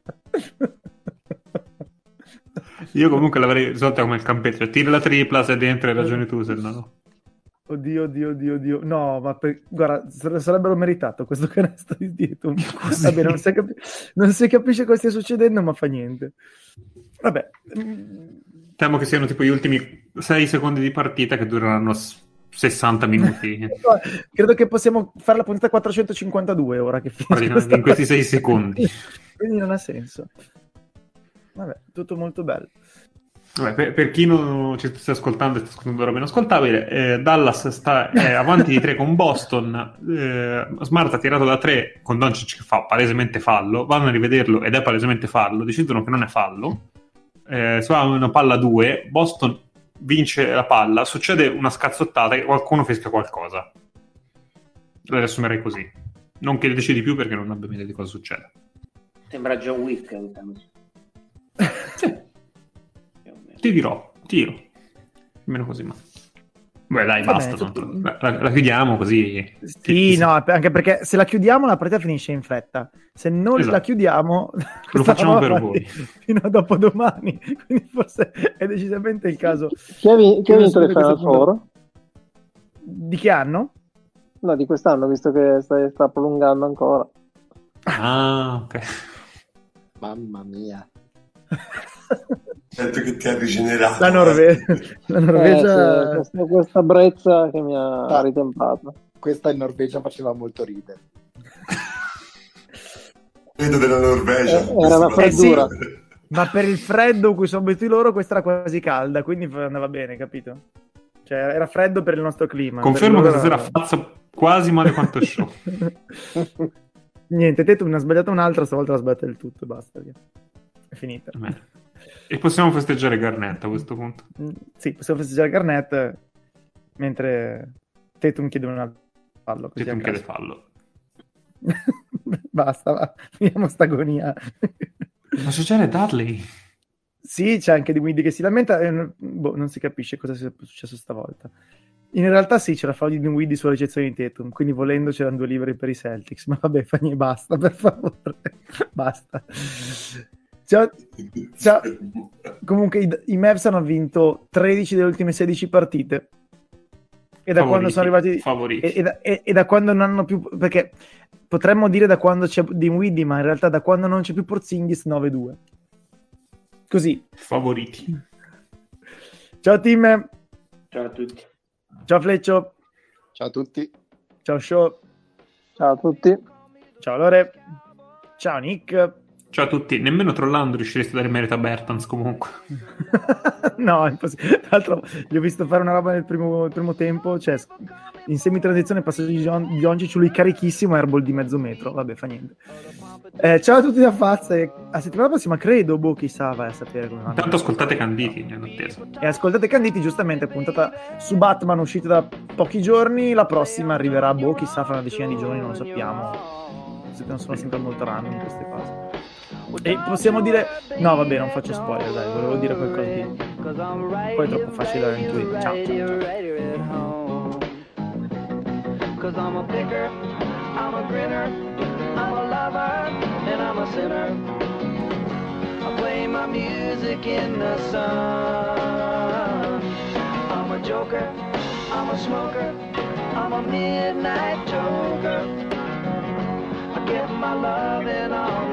Io comunque l'avrei risolta come il campetto. Cioè, tira la tripla, se dentro hai ragione tu, se no. Oddio. No, ma guarda, sarebbero meritato questo canestro di Tatum. Vabbè, non si capisce cosa stia succedendo, ma fa niente. Vabbè. Temo che siano tipo gli ultimi 6 secondi di partita che dureranno 60 minuti. Credo che possiamo fare la puntata 452 ora che finisce in questi 6 secondi. Quindi non ha senso. Vabbè, tutto molto bello. Vabbè, per chi non ci sta ascoltando e sta ascoltando roba inascoltabile, Dallas sta avanti di 3 con Boston. Smart ha tirato da 3 con Doncic che fa palesemente fallo, vanno a rivederlo ed è palesemente fallo, decidono che non è fallo, si fa una palla 2, Boston vince la palla, succede una scazzottata e qualcuno fischia qualcosa. Lo riassumerei così, non che decidi più perché non abbiamo idea di cosa succede. Sembra John Wick. Sì. Ti dirò, tiro. Almeno così, ma... Beh, dai, basta. La chiudiamo così. Sì, no, anche perché se la chiudiamo la partita finisce in fretta. Se non la chiudiamo... Lo facciamo per voi. Fino a dopodomani. Quindi forse è decisamente il caso... Chi ha vinto le Final Four? Di che anno? No, di quest'anno, visto che sta prolungando ancora. Ah, ok. Mamma mia. Sento che ti ha rigenerato. La Norvegia... Sì, questa brezza che mi ha ritemprato. Questa in Norvegia faceva molto ridere. Vedo della Norvegia. Era una freddura. Sì, ma per il freddo cui sono abituati loro questa era quasi calda, quindi andava bene, capito? Cioè era freddo per il nostro clima. Confermo che stasera faccia quasi male quanto show. Niente, Tatum ne ha sbagliato un'altra, stavolta la sbatte del tutto e basta. Via. È finita. E possiamo festeggiare Garnett a questo punto? Sì, possiamo festeggiare Garnett mentre Tatum chiede un altro fallo. Tatum chiede fallo. Basta, va. Finiamo sta agonia. Ma c'è Dudley? Sì, c'è anche Dinwiddie che si lamenta e non si capisce cosa sia successo stavolta. In realtà sì, c'era fallo di Dinwiddie sulla ricezione di Tatum, quindi volendo c'erano 2 liberi per i Celtics, ma vabbè, basta, per favore. Basta. Ciao. Comunque i Mavs hanno vinto 13 delle ultime 16 partite e da quando sono arrivati e da quando non hanno più, perché potremmo dire da quando c'è Dinwiddie, ma in realtà da quando non c'è più Porzingis 9-2 così. Favoriti. Ciao team. Ciao a tutti. Ciao Fleccio. Ciao a tutti. Ciao Show. Ciao a tutti. Ciao Lore. Ciao Nick. Ciao a tutti, nemmeno trollando riuscireste a dare merito a Bertans comunque. No, è impossibile. Tra l'altro gli ho visto fare una roba nel primo tempo, cioè in semi-transizione passaggio di Doncic, lui carichissimo, airball di mezzo metro, vabbè, fa niente. Ciao a tutti da Fazza, e a settimana prossima credo, chissà, vai a sapere come va. Intanto ascoltate Canditi, in attesa. E ascoltate Canditi, giustamente, puntata su Batman uscita da pochi giorni, la prossima arriverà, chissà, fra una decina di giorni, non lo sappiamo. Non sono sempre molto random in queste fasi. E possiamo dire no, vabbè, non faccio spoiler, dai, volevo dire qualcosa di poi è troppo facile da intuire. Ciao. Cause I'm a picker, I'm a grinner, I'm a lover, and I'm a sinner. I play my music in the sun. I'm a joker, I'm a smoker, I'm a midnight joker. I get my loving on